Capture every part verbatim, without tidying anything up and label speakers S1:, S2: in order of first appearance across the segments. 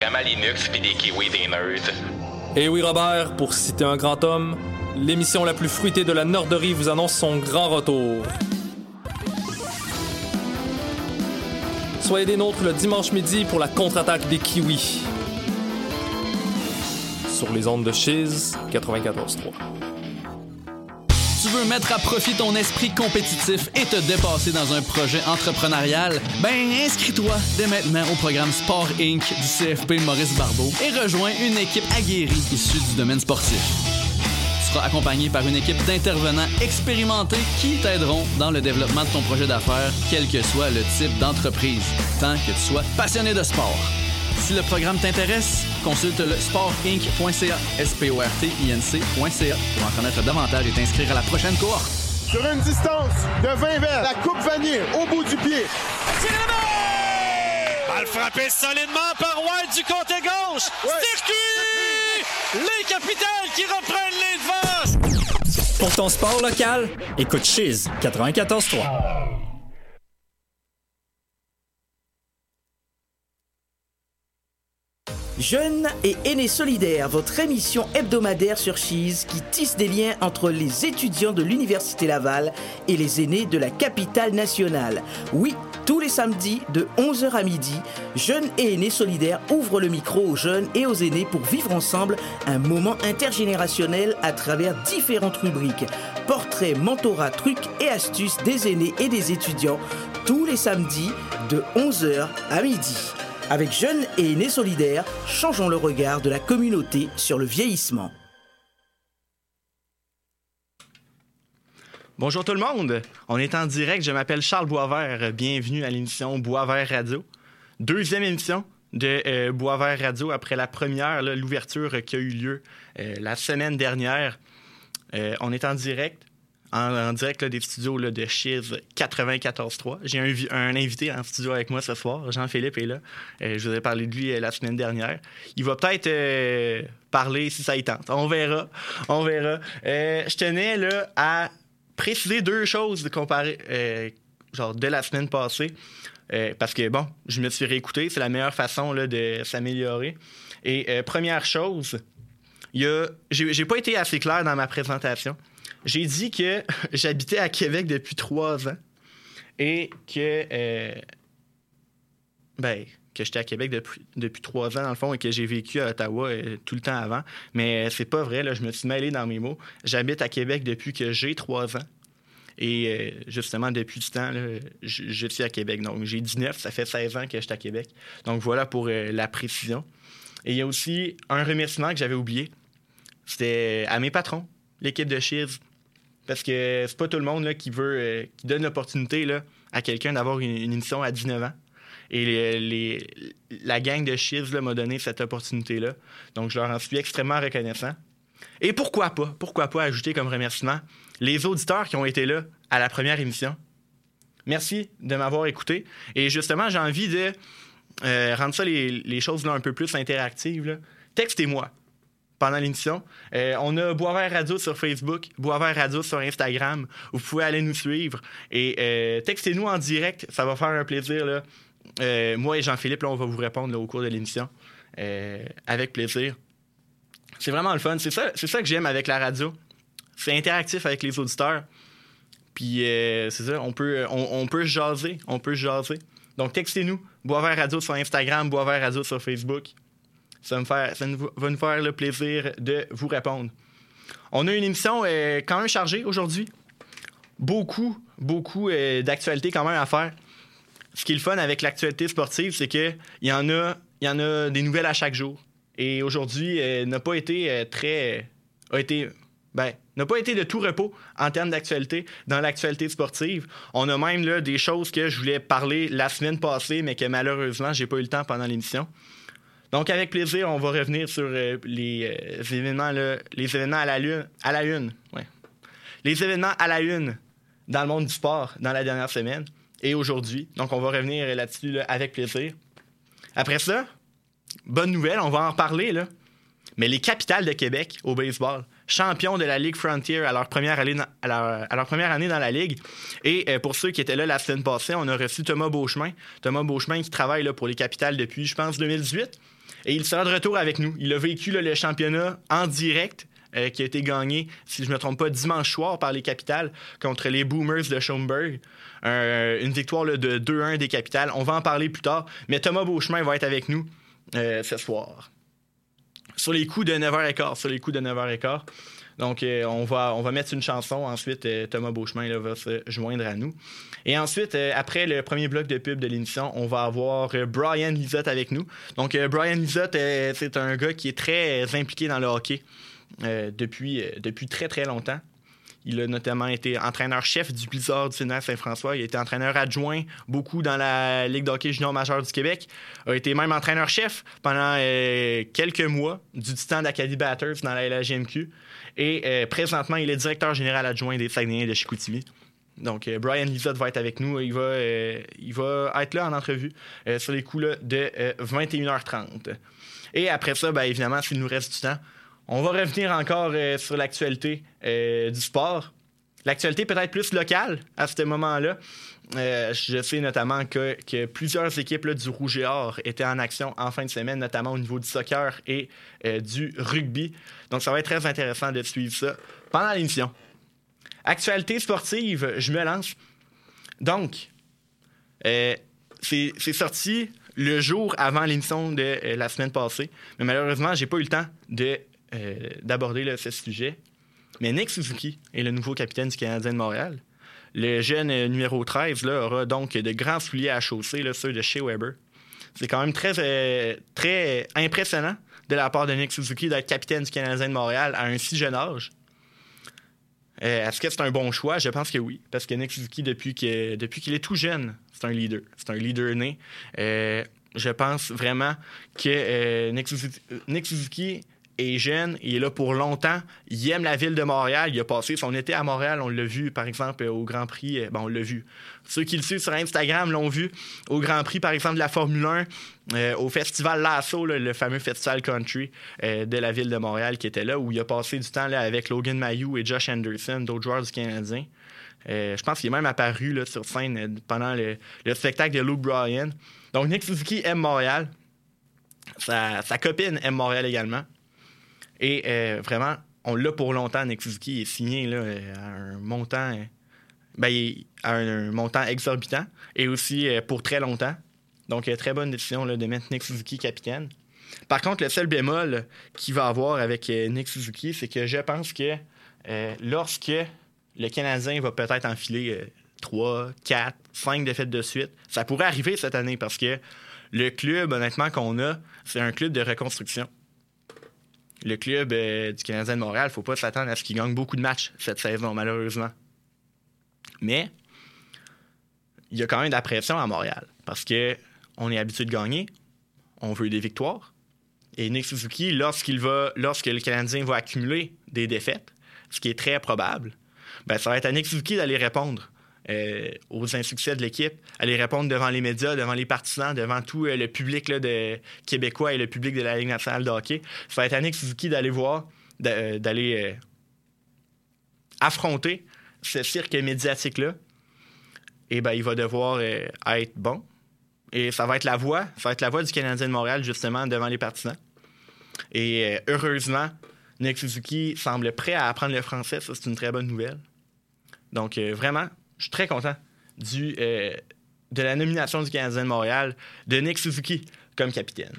S1: évidemment Linux pis des kiwis des nerds.
S2: Et oui, Robert, pour citer un grand homme, l'émission la plus fruitée de la Norderie vous annonce son grand retour. Soyez des nôtres le dimanche midi pour la contre-attaque des kiwis. Sur les ondes de Chiz quatre-vingt-quatorze trois.
S3: Tu veux mettre à profit ton esprit compétitif et te dépasser dans un projet entrepreneurial? Ben, inscris-toi dès maintenant au programme Sport Incorporé du C F P Maurice Barbeau et rejoins une équipe aguerrie issue du domaine sportif. Tu seras accompagné par une équipe d'intervenants expérimentés qui t'aideront dans le développement de ton projet d'affaires, quel que soit le type d'entreprise, tant que tu sois passionné de sport. Si le programme t'intéresse, consulte le sport inc point c a, S P O R T I N C point C A pour en connaître davantage et t'inscrire à la prochaine cohorte.
S4: Sur une distance de vingt verres, la coupe vanille au bout du pied.
S5: C'est la main! Balle frappée solidement par White du côté gauche. Ouais. Circuit! Les capitales qui reprennent les devants.
S6: Pour ton sport local, écoute Chiz quatre-vingt-quatorze trois.
S7: Jeunes et aînés solidaires, votre émission hebdomadaire sur Chiz qui tisse des liens entre les étudiants de l'Université Laval et les aînés de la capitale nationale. Oui, tous les samedis de onze heures à midi, Jeunes et aînés solidaires ouvrent le micro aux jeunes et aux aînés pour vivre ensemble un moment intergénérationnel à travers différentes rubriques. Portraits, mentorat, trucs et astuces des aînés et des étudiants tous les samedis de onze heures à midi. Avec Jeunes et aînés solidaires, changeons le regard de la communauté sur le vieillissement.
S8: Bonjour tout le monde, on est en direct, je m'appelle Charles Boisvert, bienvenue à l'émission Boisvert Radio. Deuxième émission de euh, Boisvert Radio après la première, là, l'ouverture qui a eu lieu euh, la semaine dernière. Euh, on est en direct. En, en direct là, des studios là, de Chiz quatre-vingt-quatorze trois. J'ai un, un invité en studio avec moi ce soir. Jean-Philippe est là. Euh, je vous ai parlé de lui euh, la semaine dernière. Il va peut-être euh, parler si ça y tente. On verra. On verra. Euh, je tenais là, à préciser deux choses de comparer, euh, genre de la semaine passée. Euh, parce que, bon, je me suis réécouté. C'est la meilleure façon là, de s'améliorer. Et euh, première chose, il y a, j'ai, j'ai pas été assez clair dans ma présentation. J'ai dit que j'habitais à Québec depuis trois ans et que, euh, ben, que j'étais à Québec depuis, depuis trois ans, dans le fond, et que j'ai vécu à Ottawa euh, tout le temps avant. Mais c'est pas vrai, là, je me suis mêlé dans mes mots. J'habite à Québec depuis que j'ai trois ans. Et euh, justement, depuis ce temps, là, je, je suis à Québec. Donc, j'ai dix-neuf, ça fait seize ans que je suis à Québec. Donc, voilà pour euh, la précision. Et il y a aussi un remerciement que j'avais oublié. C'était à mes patrons, l'équipe de Chiz. Parce que c'est pas tout le monde là, qui veut euh, qui donne l'opportunité là, à quelqu'un d'avoir une, une émission à dix-neuf ans. Et les, les, la gang de Chiz là, m'a donné cette opportunité-là. Donc, je leur en suis extrêmement reconnaissant. Et pourquoi pas, pourquoi pas ajouter comme remerciement les auditeurs qui ont été là à la première émission. Merci de m'avoir écouté. Et justement, j'ai envie de euh, rendre ça les, les choses là, un peu plus interactives. Là. Textez-moi. Pendant l'émission. Euh, on a Boisvert Radio sur Facebook, Boisvert Radio sur Instagram. Vous pouvez aller nous suivre. Et euh, textez-nous en direct. Ça va faire un plaisir. Là. Euh, moi et Jean-Philippe, là, on va vous répondre là, au cours de l'émission. Euh, avec plaisir. C'est vraiment le fun. C'est ça, c'est ça que j'aime avec la radio. C'est interactif avec les auditeurs. Puis, euh, c'est ça, on peut, on, on peut jaser. On peut jaser. Donc, textez-nous. Boisvert Radio sur Instagram, Boisvert Radio sur Facebook. Ça, me faire, ça nous, va nous faire le plaisir de vous répondre. On a une émission euh, quand même chargée aujourd'hui. Beaucoup, beaucoup euh, d'actualités quand même à faire. Ce qui est le fun avec l'actualité sportive, c'est qu'il y en a, il y en a des nouvelles à chaque jour. Et aujourd'hui, euh, n'a pas été euh, très... Euh, a été... Ben, n'a pas été de tout repos en termes d'actualité dans l'actualité sportive. On a même là, des choses que je voulais parler la semaine passée, mais que malheureusement, j'ai pas eu le temps pendant l'émission. Donc, avec plaisir, on va revenir sur euh, les, euh, événements, là, les événements à la lune. À la une, ouais. Les événements à la une dans le monde du sport dans la dernière semaine et aujourd'hui. Donc, on va revenir là-dessus là, avec plaisir. Après ça, bonne nouvelle, on va en reparler, là. Mais les capitales de Québec au baseball. champions de la Ligue Frontier à leur première année dans, à leur, à leur première année dans la Ligue. Et euh, pour ceux qui étaient là la semaine passée, on a reçu Thomas Beauchemin. Thomas Beauchemin qui travaille là, pour les Capitales depuis, je pense, deux mille dix-huit. Et il sera de retour avec nous. Il a vécu là, le championnat en direct. Euh, qui a été gagné, si je ne me trompe pas, dimanche soir par les Capitales contre les Boomers de Schaumburg. Euh, une victoire là, de deux un des Capitales. On va en parler plus tard, mais Thomas Beauchemin va être avec nous euh, ce soir. Sur les coups de neuf heures quinze. Sur les coups de neuf heures quinze. Donc, euh, on, va, on va mettre une chanson. Ensuite, euh, Thomas Beauchemin là, va se joindre à nous. Et ensuite, euh, après le premier bloc de pub de l'émission, on va avoir euh, Brian Lizotte avec nous. Donc, euh, Brian Lizotte, euh, c'est un gars qui est très euh, impliqué dans le hockey. Euh, depuis, euh, depuis très, très longtemps. Il a notamment été entraîneur-chef du Blizzard du Sénat Saint-François. Il a été entraîneur adjoint beaucoup dans la Ligue de hockey junior majeure du Québec. Il a été même entraîneur-chef pendant euh, quelques mois du Titan d'Acadie Batters dans la L H J M Q. Et euh, présentement, il est directeur général adjoint des Saguenayens de Chicoutimi. Donc, euh, Brian Lizotte va être avec nous. Il va, euh, il va être là en entrevue euh, sur les coups là, de euh, vingt et une heures trente. Et après ça, bien évidemment, s'il nous reste du temps, on va revenir encore euh, sur l'actualité euh, du sport. L'actualité peut-être plus locale à ce moment-là. Euh, je sais notamment que, que plusieurs équipes là, du Rouge et Or étaient en action en fin de semaine, notamment au niveau du soccer et euh, du rugby. Donc, ça va être très intéressant de suivre ça pendant l'émission. Actualité sportive, je me lance. Donc, euh, c'est, c'est sorti le jour avant l'émission de euh, la semaine passée. Mais malheureusement, j'ai pas eu le temps de Euh, d'aborder là, ce sujet. Mais Nick Suzuki est le nouveau capitaine du Canadien de Montréal. Le jeune euh, numéro treize là, aura donc de grands souliers à chausser, là, ceux de Shea Weber. C'est quand même très, euh, très impressionnant de la part de Nick Suzuki d'être capitaine du Canadien de Montréal à un si jeune âge. Euh, est-ce que c'est un bon choix? Je pense que oui. Parce que Nick Suzuki, depuis, que, depuis qu'il est tout jeune, c'est un leader. C'est un leader né. Euh, je pense vraiment que euh, Nick Suzuki, Nick Suzuki est jeune, il est là pour longtemps, il aime la ville de Montréal, il a passé son été à Montréal, on l'a vu par exemple au Grand Prix, bon on l'a vu, ceux qui le suivent sur Instagram l'ont vu, au Grand Prix par exemple de la Formule un, euh, au festival Lasso, là, le fameux festival country euh, de la ville de Montréal qui était là, où il a passé du temps là, avec Logan Mayou et Josh Anderson, d'autres joueurs du Canadien. Euh, je pense qu'il est même apparu là, sur scène euh, pendant le, le spectacle de Luke Bryan. Donc Nick Suzuki aime Montréal, sa, sa copine aime Montréal également. Et euh, vraiment, on l'a pour longtemps. Nick Suzuki est signé là, à un montant, euh, ben, à un, un montant exorbitant et aussi euh, pour très longtemps. Donc, euh, très bonne décision là, de mettre Nick Suzuki capitaine. Par contre, le seul bémol qu'il va avoir avec euh, Nick Suzuki, c'est que je pense que euh, lorsque le Canadien va peut-être enfiler euh, trois, quatre, cinq défaites de suite, ça pourrait arriver cette année parce que le club, honnêtement, qu'on a, c'est un club de reconstruction. Le club euh, du Canadien de Montréal, il ne faut pas s'attendre à ce qu'il gagne beaucoup de matchs cette saison, malheureusement. Mais il y a quand même de la pression à Montréal parce qu'on est habitué de gagner, on veut des victoires. Et Nick Suzuki, lorsqu'il va, lorsque le Canadien va accumuler des défaites, ce qui est très probable, ben, ça va être à Nick Suzuki d'aller répondre euh, aux insuccès de l'équipe, aller répondre devant les médias, devant les partisans, devant tout euh, le public là, de québécois et le public de la Ligue nationale de hockey. Ça va être à Nick Suzuki d'aller voir, d'aller euh, affronter ce cirque médiatique-là. Et ben, il va devoir euh, être bon. Et ça va être la voix, ça va être la voix du Canadien de Montréal, justement, devant les partisans. Et euh, heureusement, Nick Suzuki semble prêt à apprendre le français. Ça, c'est une très bonne nouvelle. Donc, euh, vraiment, je suis très content du, euh, de la nomination du Canadien de Montréal de Nick Suzuki comme capitaine.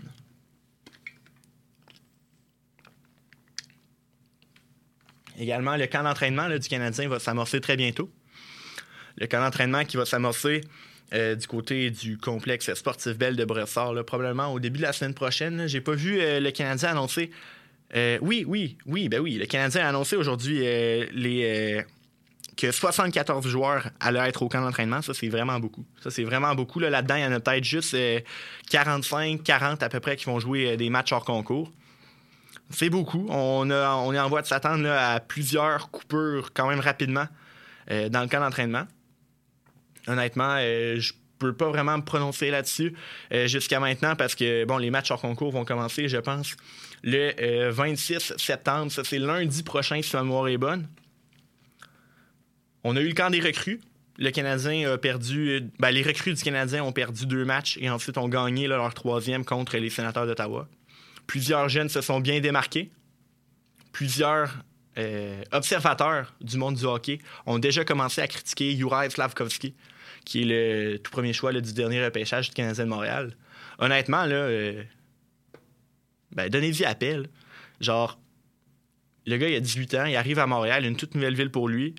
S8: Également, le camp d'entraînement là, du Canadien va s'amorcer très bientôt. Le camp d'entraînement qui va s'amorcer euh, du côté du complexe Sportif Bell de Brossard, là, probablement au début de la semaine prochaine. Là. J'ai pas vu euh, le Canadien annoncer... Euh, oui, oui, oui, ben oui. Le Canadien a annoncé aujourd'hui euh, les... Euh, que soixante-quatorze joueurs allaient être au camp d'entraînement. Ça, c'est vraiment beaucoup. Ça, c'est vraiment beaucoup. Là, là-dedans, il y en a peut-être juste euh, quarante-cinq, quarante à peu près qui vont jouer euh, des matchs hors concours. C'est beaucoup. On, a, on est en voie de s'attendre là, à plusieurs coupures quand même rapidement euh, dans le camp d'entraînement. Honnêtement, euh, je peux pas vraiment me prononcer là-dessus euh, jusqu'à maintenant parce que bon, les matchs hors concours vont commencer, je pense, le euh, vingt-six septembre. Ça, c'est lundi prochain, si ma mémoire est bonne. On a eu le camp des recrues. Le Canadien a perdu... Ben, les recrues du Canadien ont perdu deux matchs et ensuite ont gagné là, leur troisième contre les Sénateurs d'Ottawa. Plusieurs jeunes se sont bien démarqués. Plusieurs euh, observateurs du monde du hockey ont déjà commencé à critiquer Juraj Slafkovský, qui est le tout premier choix là, du dernier repêchage du Canadien de Montréal. Honnêtement, là, euh, ben, donnez-y appel. Genre, le gars, il a dix-huit ans, il arrive à Montréal, une toute nouvelle ville pour lui.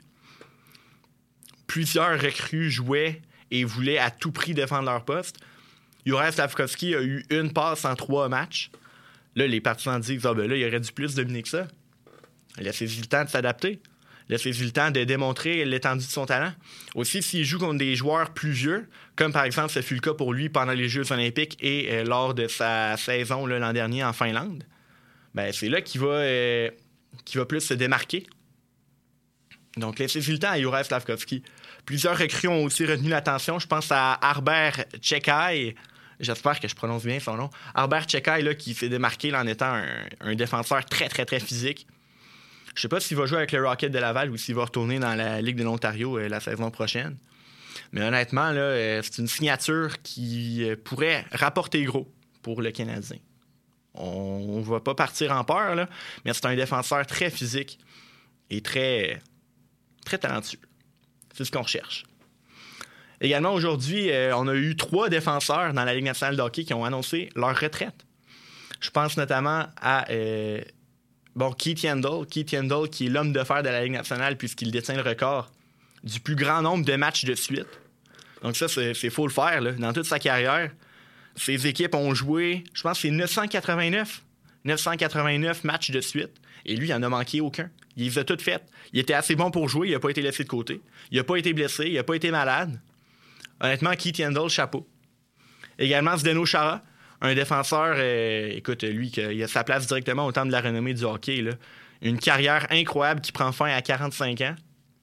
S8: Plusieurs recrues jouaient et voulaient à tout prix défendre leur poste. Juraj Slafkovský a eu une passe en trois matchs. Là, les partisans disent ah, ben là, il aurait dû plus dominer que ça. Laissez-y le temps de s'adapter. Laissez-y le temps de démontrer l'étendue de son talent. Aussi, s'il joue contre des joueurs plus vieux, comme par exemple, ce fut le cas pour lui pendant les Jeux olympiques et euh, lors de sa saison là, l'an dernier en Finlande, ben, c'est là qu'il va, euh, qu'il va plus se démarquer. Donc, laissez-y le temps à Juraj Slafkovský. Plusieurs recrues ont aussi retenu l'attention. Je pense à Arber Čekaj. J'espère que je prononce bien son nom. Arber Čekaj, là, qui s'est démarqué là, en étant un, un défenseur très, très, très physique. Je ne sais pas s'il va jouer avec le Rocket de Laval ou s'il va retourner dans la Ligue de l'Ontario euh, la saison prochaine. Mais honnêtement, là, euh, c'est une signature qui euh, pourrait rapporter gros pour le Canadien. On ne va pas partir en peur, là, mais c'est un défenseur très physique et très, très talentueux. C'est ce qu'on recherche. Également, aujourd'hui, euh, on a eu trois défenseurs dans la Ligue nationale de hockey qui ont annoncé leur retraite. Je pense notamment à euh, bon, Keith Yandle. Keith Yandle, qui est l'homme de fer de la Ligue nationale puisqu'il détient le record du plus grand nombre de matchs de suite. Donc ça, c'est, c'est faut le faire. Là. Dans toute sa carrière, ses équipes ont joué, je pense que c'est neuf cent quatre-vingt-neuf. neuf cent quatre-vingt-neuf matchs de suite. Et lui, il n'en a manqué aucun. Il les a toutes faites. Il était assez bon pour jouer, il n'a pas été laissé de côté. Il n'a pas été blessé, il n'a pas été malade. Honnêtement, Keith Yandle, chapeau. Également, Zdeno Chara, un défenseur, euh, écoute, lui, il a sa place directement au temple de la renommée du hockey. Là. Une carrière incroyable qui prend fin à quarante-cinq ans.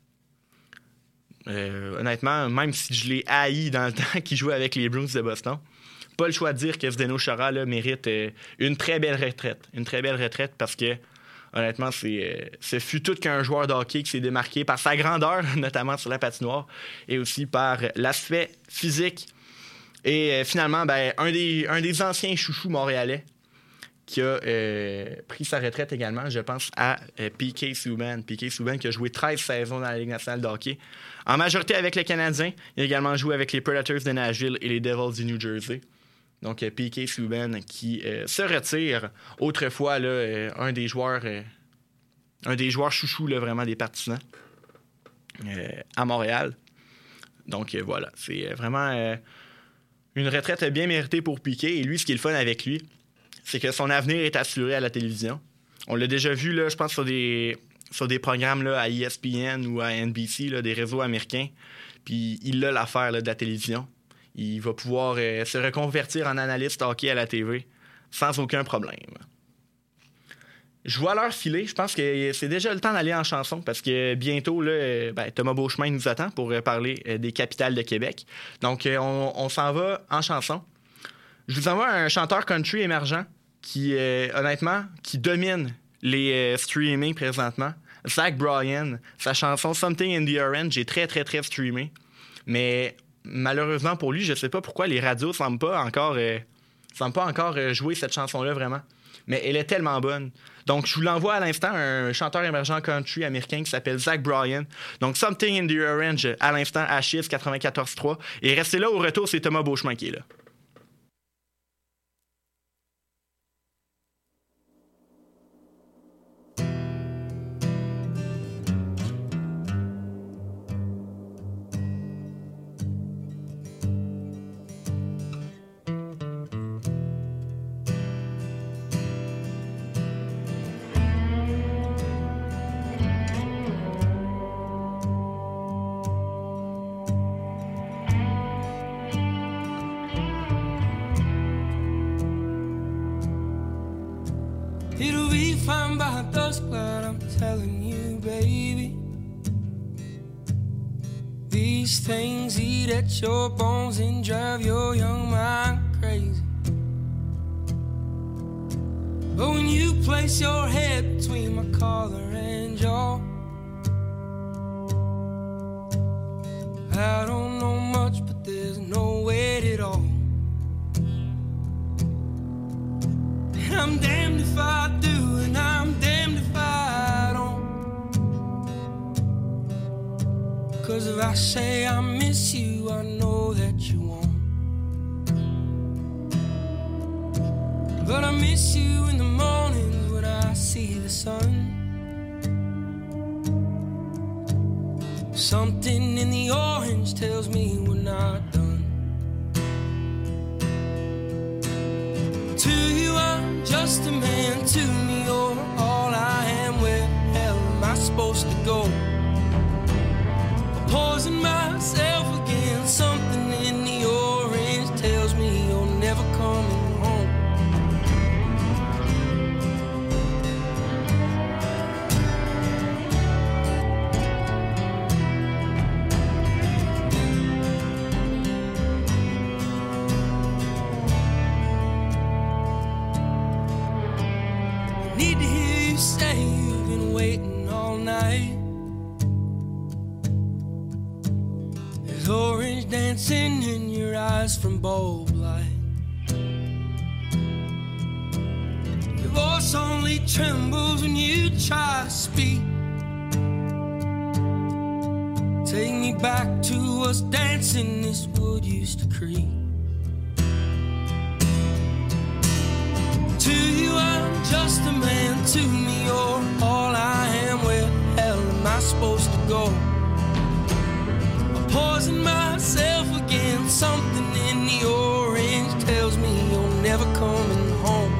S8: Euh, honnêtement, même si je l'ai haï dans le temps qu'il jouait avec les Bruins de Boston, pas le choix de dire que Zdeno Chara là, mérite euh, une très belle retraite. Une très belle retraite parce que honnêtement, c'est, euh, ce fut tout qu'un joueur de hockey qui s'est démarqué par sa grandeur, notamment sur la patinoire, et aussi par l'aspect physique. Et euh, finalement, ben, un, des, un des anciens chouchous montréalais qui a euh, pris sa retraite également, je pense à euh, P K Subban. P K Subban qui a joué treize saisons dans la Ligue nationale de hockey. En majorité avec les Canadiens. Il a également joué avec les Predators de Nashville et les Devils du New Jersey. Donc, euh, P K Subban qui euh, se retire. Autrefois, là, euh, un des joueurs euh, un des joueurs chouchous, là, vraiment des partisans euh, à Montréal. Donc, euh, voilà. C'est euh, vraiment euh, une retraite bien méritée pour Piquet. Et lui, ce qui est le fun avec lui, c'est que son avenir est assuré à la télévision. On l'a déjà vu, là, je pense, sur des, sur des programmes là, à E S P N ou à N B C, là, des réseaux américains. Puis, il a l'affaire là, de la télévision. Il va pouvoir euh, se reconvertir en analyste hockey à la T V sans aucun problème. Je vois l'heure filer. Je pense que c'est déjà le temps d'aller en chanson parce que bientôt, là, ben, Thomas Beauchemin nous attend pour parler des capitales de Québec. Donc, on, on s'en va en chanson. Je vous envoie un chanteur country émergent qui, euh, honnêtement, qui domine les euh, streamings présentement. Zach Bryan, sa chanson Something in the Orange est très, très, très streamée. Mais malheureusement pour lui, je ne sais pas pourquoi les radios ne semblent pas encore, euh, semblent pas encore euh, jouer cette chanson-là vraiment. Mais elle est tellement bonne. Donc, je vous l'envoie à l'instant, un chanteur émergent country américain qui s'appelle Zach Bryan. Donc, Something in the Orange à l'instant à Chiz quatre-vingt-quatorze trois. Et restez là, au retour, c'est Thomas Beauchemin qui est là.
S9: It'll be fine by dusk, but I'm telling you, baby, These things eat at your bones and drive your young mind crazy. But when you place your head between my collar and jaw, I don't know much, but there's no weight at all. And I'm damned if I do, and I'm damned if I don't. 'Cause if I say I miss you, I know that you won't. But I miss you in the mornings when I see the sun. Something in the orange tells me we're not done. To you I'm just a man, to me you're all I am. Where the hell am I supposed to go? Poison myself again. Something in the orange tells me you're never coming home. Need to hear you say you've been waiting all night. There's orange dancing in your eyes from bulb light. Your voice only trembles when you try to speak. Take me back to us dancing this wood used to creak. To you I'm just a man, to me you're all I am. Where the hell am I supposed to go? Poison myself again. Something in the orange tells me you're never coming home.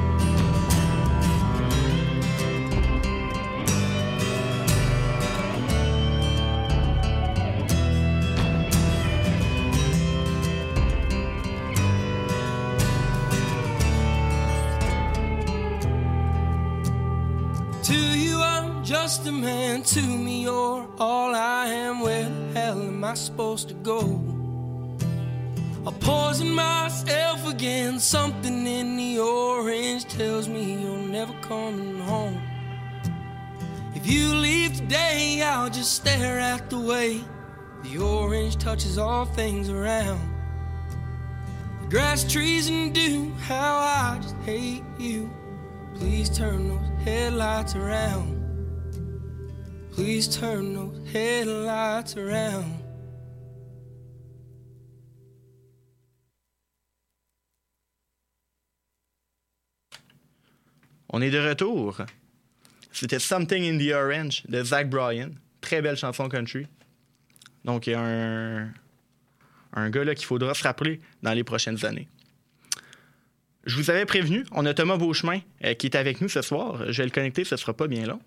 S9: To you I'm just a man, to me you're all I am. Where the hell am I supposed to go? I'll poison myself again. Something in the orange tells me you're never coming home. If you leave today, I'll just stare at the way the orange touches all things around. The grass, trees, and dew, how I just hate you. Please turn those headlights around. Please turn those headlights around.
S8: On est de retour. C'était Something in the Orange de Zach Bryan. Très belle chanson country. Donc, il y a un, un gars là qu'il faudra se rappeler dans les prochaines années. Je vous avais prévenu, on a Thomas Beauchemin euh, qui est avec nous ce soir. Je vais le connecter, ce ne sera pas bien long.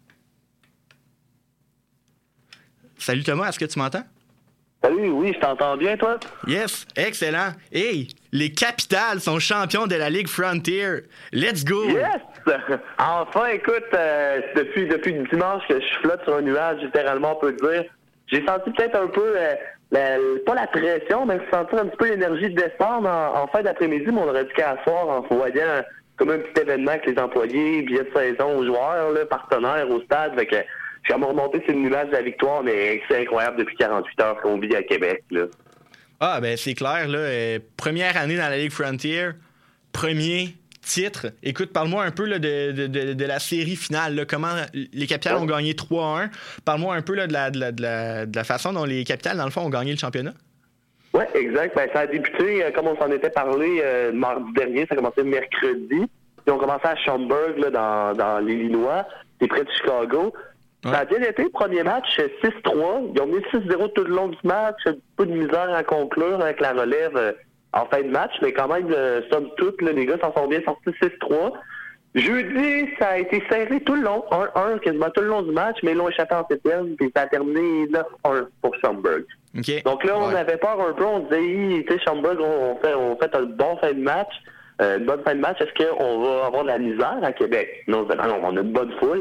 S8: Salut Thomas, est-ce que tu m'entends?
S10: Salut, oui, je t'entends bien, toi?
S8: Yes, excellent. Hey, les Capitals sont champions de la Ligue Frontier. Let's go!
S10: Yes! Enfin, écoute, euh, depuis, depuis dimanche que je flotte sur un nuage, littéralement, on peut dire. J'ai senti peut-être un peu, euh, la, pas la pression, mais sentir un petit peu l'énergie de descendre en, en fin d'après-midi, mais on aurait dû qu'à soir en voyant comme un petit événement avec les employés, billets de saison aux joueurs, là, partenaires au stade. Fait que je suis à me remonter sur le nuage de la victoire, mais c'est incroyable depuis quarante-huit heures qu'on vit à Québec, là.
S8: Ah, ben c'est clair, là. Euh, première année dans la Ligue Frontier, premier titre. Écoute, parle-moi un peu là, de, de, de, de la série finale. Là, comment les Capitals ouais. ont gagné trois à un. Parle-moi un peu là, de, la, de, la, de, la, de la façon dont les Capitals, dans le fond, ont gagné le championnat.
S10: Oui, exact. Ben, ça a débuté, euh, comme on s'en était parlé euh, mardi dernier, ça a commencé mercredi. Puis on commençait à Schaumburg, là, dans, dans l'Illinois. C'est près de Chicago. Ouais. Ça a bien été, premier match, six trois. Ils ont mis six zéro tout le long du match. Un peu de misère à conclure avec la relève euh, en fin de match. Mais quand même, euh, somme toute, là, les gars s'en sont bien sortis six trois. Jeudi, ça a été serré tout le long. un un, quasiment tout le long du match, mais ils l'ont échappé en septième. Puis ça a terminé neuf un pour Schaumburg. Okay. Donc là, on ouais. avait peur un peu. On disait, tu sais, Schaumburg, on fait, on fait un bon fin de match. Euh, une bonne fin de match. Est-ce qu'on va avoir de la misère à Québec? Non, on disait, non, on a une bonne foule.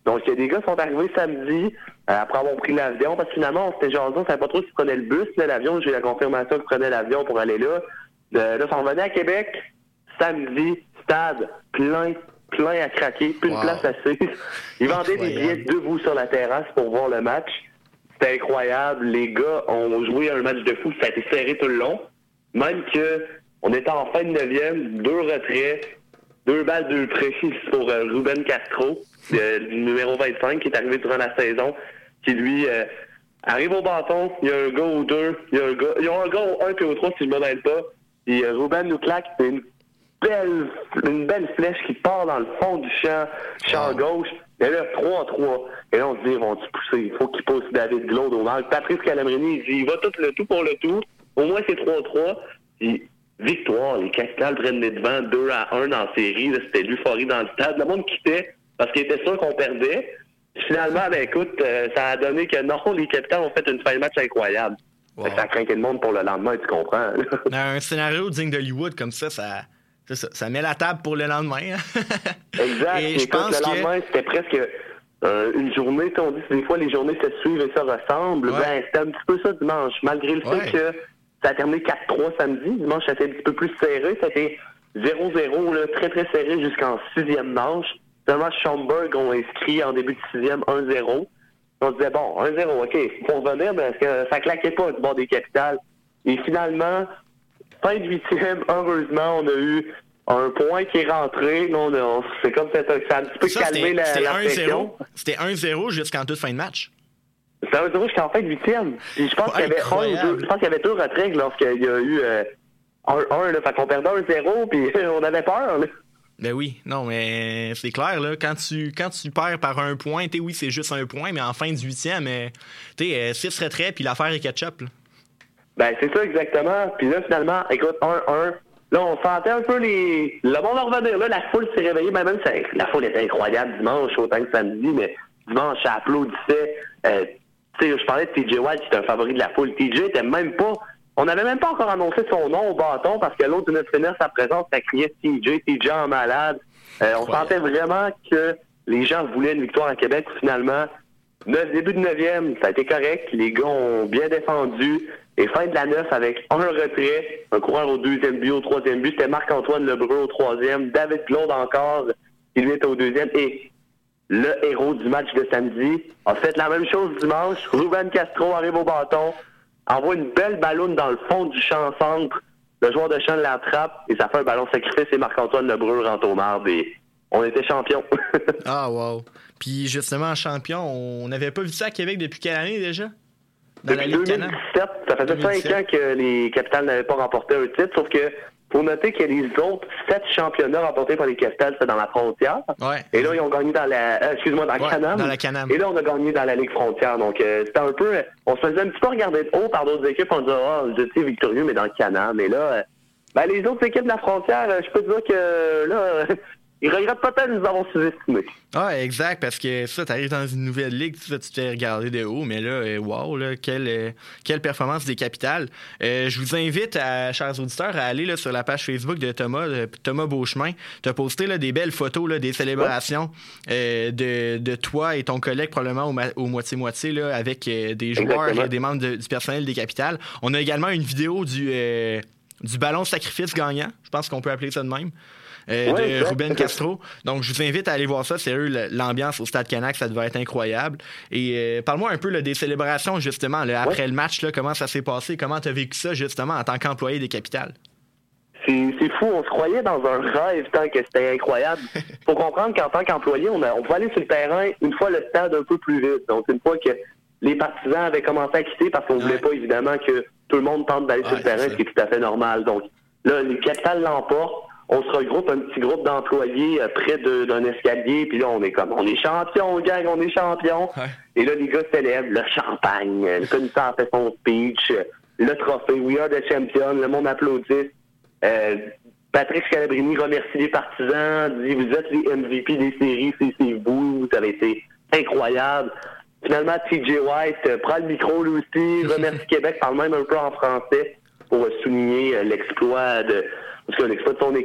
S10: Donc, il y a des gars qui sont arrivés samedi euh, après avoir pris l'avion, parce que finalement, on s'était jasé, on ne savait pas trop s'ils prenaient le bus, là, l'avion. J'ai eu la confirmation qu'ils prenaient l'avion pour aller là. Euh, là, ils sont revenus à Québec, samedi, stade plein, plein à craquer, plus wow. de place assise. Ils vendaient des billets debout sur la terrasse pour voir le match. C'était incroyable. Les gars ont joué un match de fou, ça a été serré tout le long. Même que on était en fin de neuvième, deux retraits, deux balles, deux précises pour euh, Ruben Castro, euh, du numéro vingt-cinq, qui est arrivé durant la saison, qui lui euh, arrive au bâton, il y a un gars ou deux, il y a un gars, il y a un gars au un puis au trois si je me mêle pas, et euh, Ruben nous claque une belle, une belle flèche qui part dans le fond du champ, champ wow. gauche, et là, trois à trois. Et là, on se dit, ils vont-tu pousser? Il faut qu'il pousse David Glaude au marque. Patrice Calabrini, il dit, il va tout le tout pour le tout. Au moins, c'est trois à trois. Puis, victoire, les Capitals prennent les devants deux à un dans la série. Là, c'était l'euphorie dans le stade. Le monde quittait parce qu'il était sûr qu'on perdait. Finalement, ben écoute, euh, ça a donné que non, les Capitals ont fait une fin de match incroyable. Wow. Ça a craqué le monde pour le lendemain, tu comprends?
S8: Un scénario digne d'Hollywood comme ça, ça, ça, ça met la table pour le lendemain.
S10: Exact.
S8: Et
S10: écoute,
S8: je pense
S10: le lendemain,
S8: que...
S10: c'était presque euh, une journée. On dit que des fois, les journées se suivent et se ressemblent. Ouais. Ben, c'était un petit peu ça dimanche. Malgré le ouais. fait que ça a terminé quatre trois samedi. Dimanche, ça a été un petit peu plus serré. Ça a été zéro zéro, là, très, très serré jusqu'en sixième manche. Finalement, Schaumburg ont inscrit en début de sixième un zéro. On se disait, bon, un zéro, OK, faut revenir parce que ça claquait pas du bord des Capitals. Et finalement, fin de huitième, heureusement, on a eu un point qui est rentré. On a, on, c'est comme ça, ça a un petit peu
S8: ça,
S10: calmé la, la pression.
S8: C'était un zéro jusqu'en toute fin de match.
S10: C'était un zéro jusqu'en fin de huitième. Puis je pense qu'il y avait un ou deux, je pense qu'il y avait deux retraits lorsqu'il y a eu euh, un un, là. Fait qu'on perdait un zéro, puis on avait peur, là.
S8: Ben oui, non, mais c'est clair, là, quand tu quand tu perds par un point, tu oui, c'est juste un point, mais en fin de huitième, tu sais, six retraits, puis l'affaire est ketchup, là.
S10: Ben, c'est ça, exactement. Puis là, finalement, écoute, un un, là, on sentait un peu les... Le monde en revenir, là, la foule s'est réveillée, ben, même si la foule était incroyable dimanche, autant que samedi, mais dimanche, ça applaudissait. Euh, tu sais, je parlais de T J White, qui était un favori de la foule. T J était même pas... On n'avait même pas encore annoncé son nom au bâton parce que l'autre venait de finir sa présence, ça criait T J, T J en malade. Euh, on ouais. sentait vraiment que les gens voulaient une victoire à Québec. Finalement, neuf, début de neuvième, ça a été correct. Les gars ont bien défendu. Et fin de la neuf avec un retrait, un coureur au deuxième but, au troisième but. C'était Marc-Antoine Lebreu au troisième. David Glaude encore, qui lui était au deuxième. Et le héros du match de samedi a fait la même chose dimanche. Ruben Castro arrive au bâton, envoie une belle ballonne dans le fond du champ centre. Le joueur de champ l'attrape et ça fait un ballon sacrifice et Marc-Antoine Lebreu rentre au marbre et on était champion.
S8: Ah, wow. Puis justement, champion, on n'avait pas vu ça à Québec depuis quelle année déjà? Dans
S10: depuis deux mille dix-sept. Ça faisait cinq ans que les Capitals n'avaient pas remporté un titre, sauf que faut noter que les autres sept championnats remportés par les Capitals, c'était dans la frontière. Ouais. Et là, ils ont gagné dans la... Euh, excuse-moi, dans la
S8: ouais,
S10: Canam.
S8: Dans la Canam.
S10: Et là, on a gagné dans la Ligue frontière. Donc, euh, c'était un peu... On se faisait un petit peu regarder de haut par d'autres équipes. On disait, ah, oh, vous étiez victorieux, mais dans le Canam. Et là, euh, ben, les autres équipes de la frontière, euh, je peux te dire que là... Euh, ils regrettent peut-être de nous avoir sous-estimés.
S8: Ah, exact, parce que ça, t'arrives dans une nouvelle ligue, tu te fais regarder de haut, mais là, euh, wow, là, quelle, euh, quelle performance des Capitals. Euh, je vous invite, à, chers auditeurs, à aller là, sur la page Facebook de Thomas, de Thomas Beauchemin. Tu as posté là, des belles photos, là, des célébrations euh, de, de toi et ton collègue, probablement au, ma- au moitié-moitié, là, avec euh, des joueurs Exactement. et des membres de, du personnel des Capitals. On a également une vidéo du, euh, du ballon sacrifice gagnant, je pense qu'on peut appeler ça de même. Euh, ouais, de exact. Ruben Castro. Donc, je vous invite à aller voir ça. Sérieux, l'ambiance au Stade Canac, ça devait être incroyable. Et euh, parle-moi un peu là, des célébrations, justement, là, après ouais. le match, là, comment ça s'est passé, comment tu as vécu ça, justement, en tant qu'employé des Capitals?
S10: C'est, c'est fou, on se croyait dans un rêve tant que c'était incroyable. Faut comprendre qu'en tant qu'employé, on, a, on pouvait aller sur le terrain une fois le stade un peu plus vite. Donc, une fois que les partisans avaient commencé à quitter parce qu'on ouais. voulait pas, évidemment, que tout le monde tente d'aller ouais, sur le terrain, ce qui est tout à fait normal. Donc, là, les Capitals l'emportent. On se regroupe, un petit groupe d'employés euh, près de, d'un escalier, puis là, on est comme, on est champion, gang, on est champion. Ouais. Et là, les gars célèbrent le champagne, le commissaire fait son speech, le trophée, we are the champion, le monde applaudit. Euh, Patrick Calabrini remercie les partisans, dit, vous êtes les M V P des séries, c'est, c'est vous, vous avez été incroyable. Finalement, T J White euh, prend le micro, lui aussi, remercie Québec, parle même un peu en français pour euh, souligner euh, l'exploit de... Parce que l'exploit de son équipe.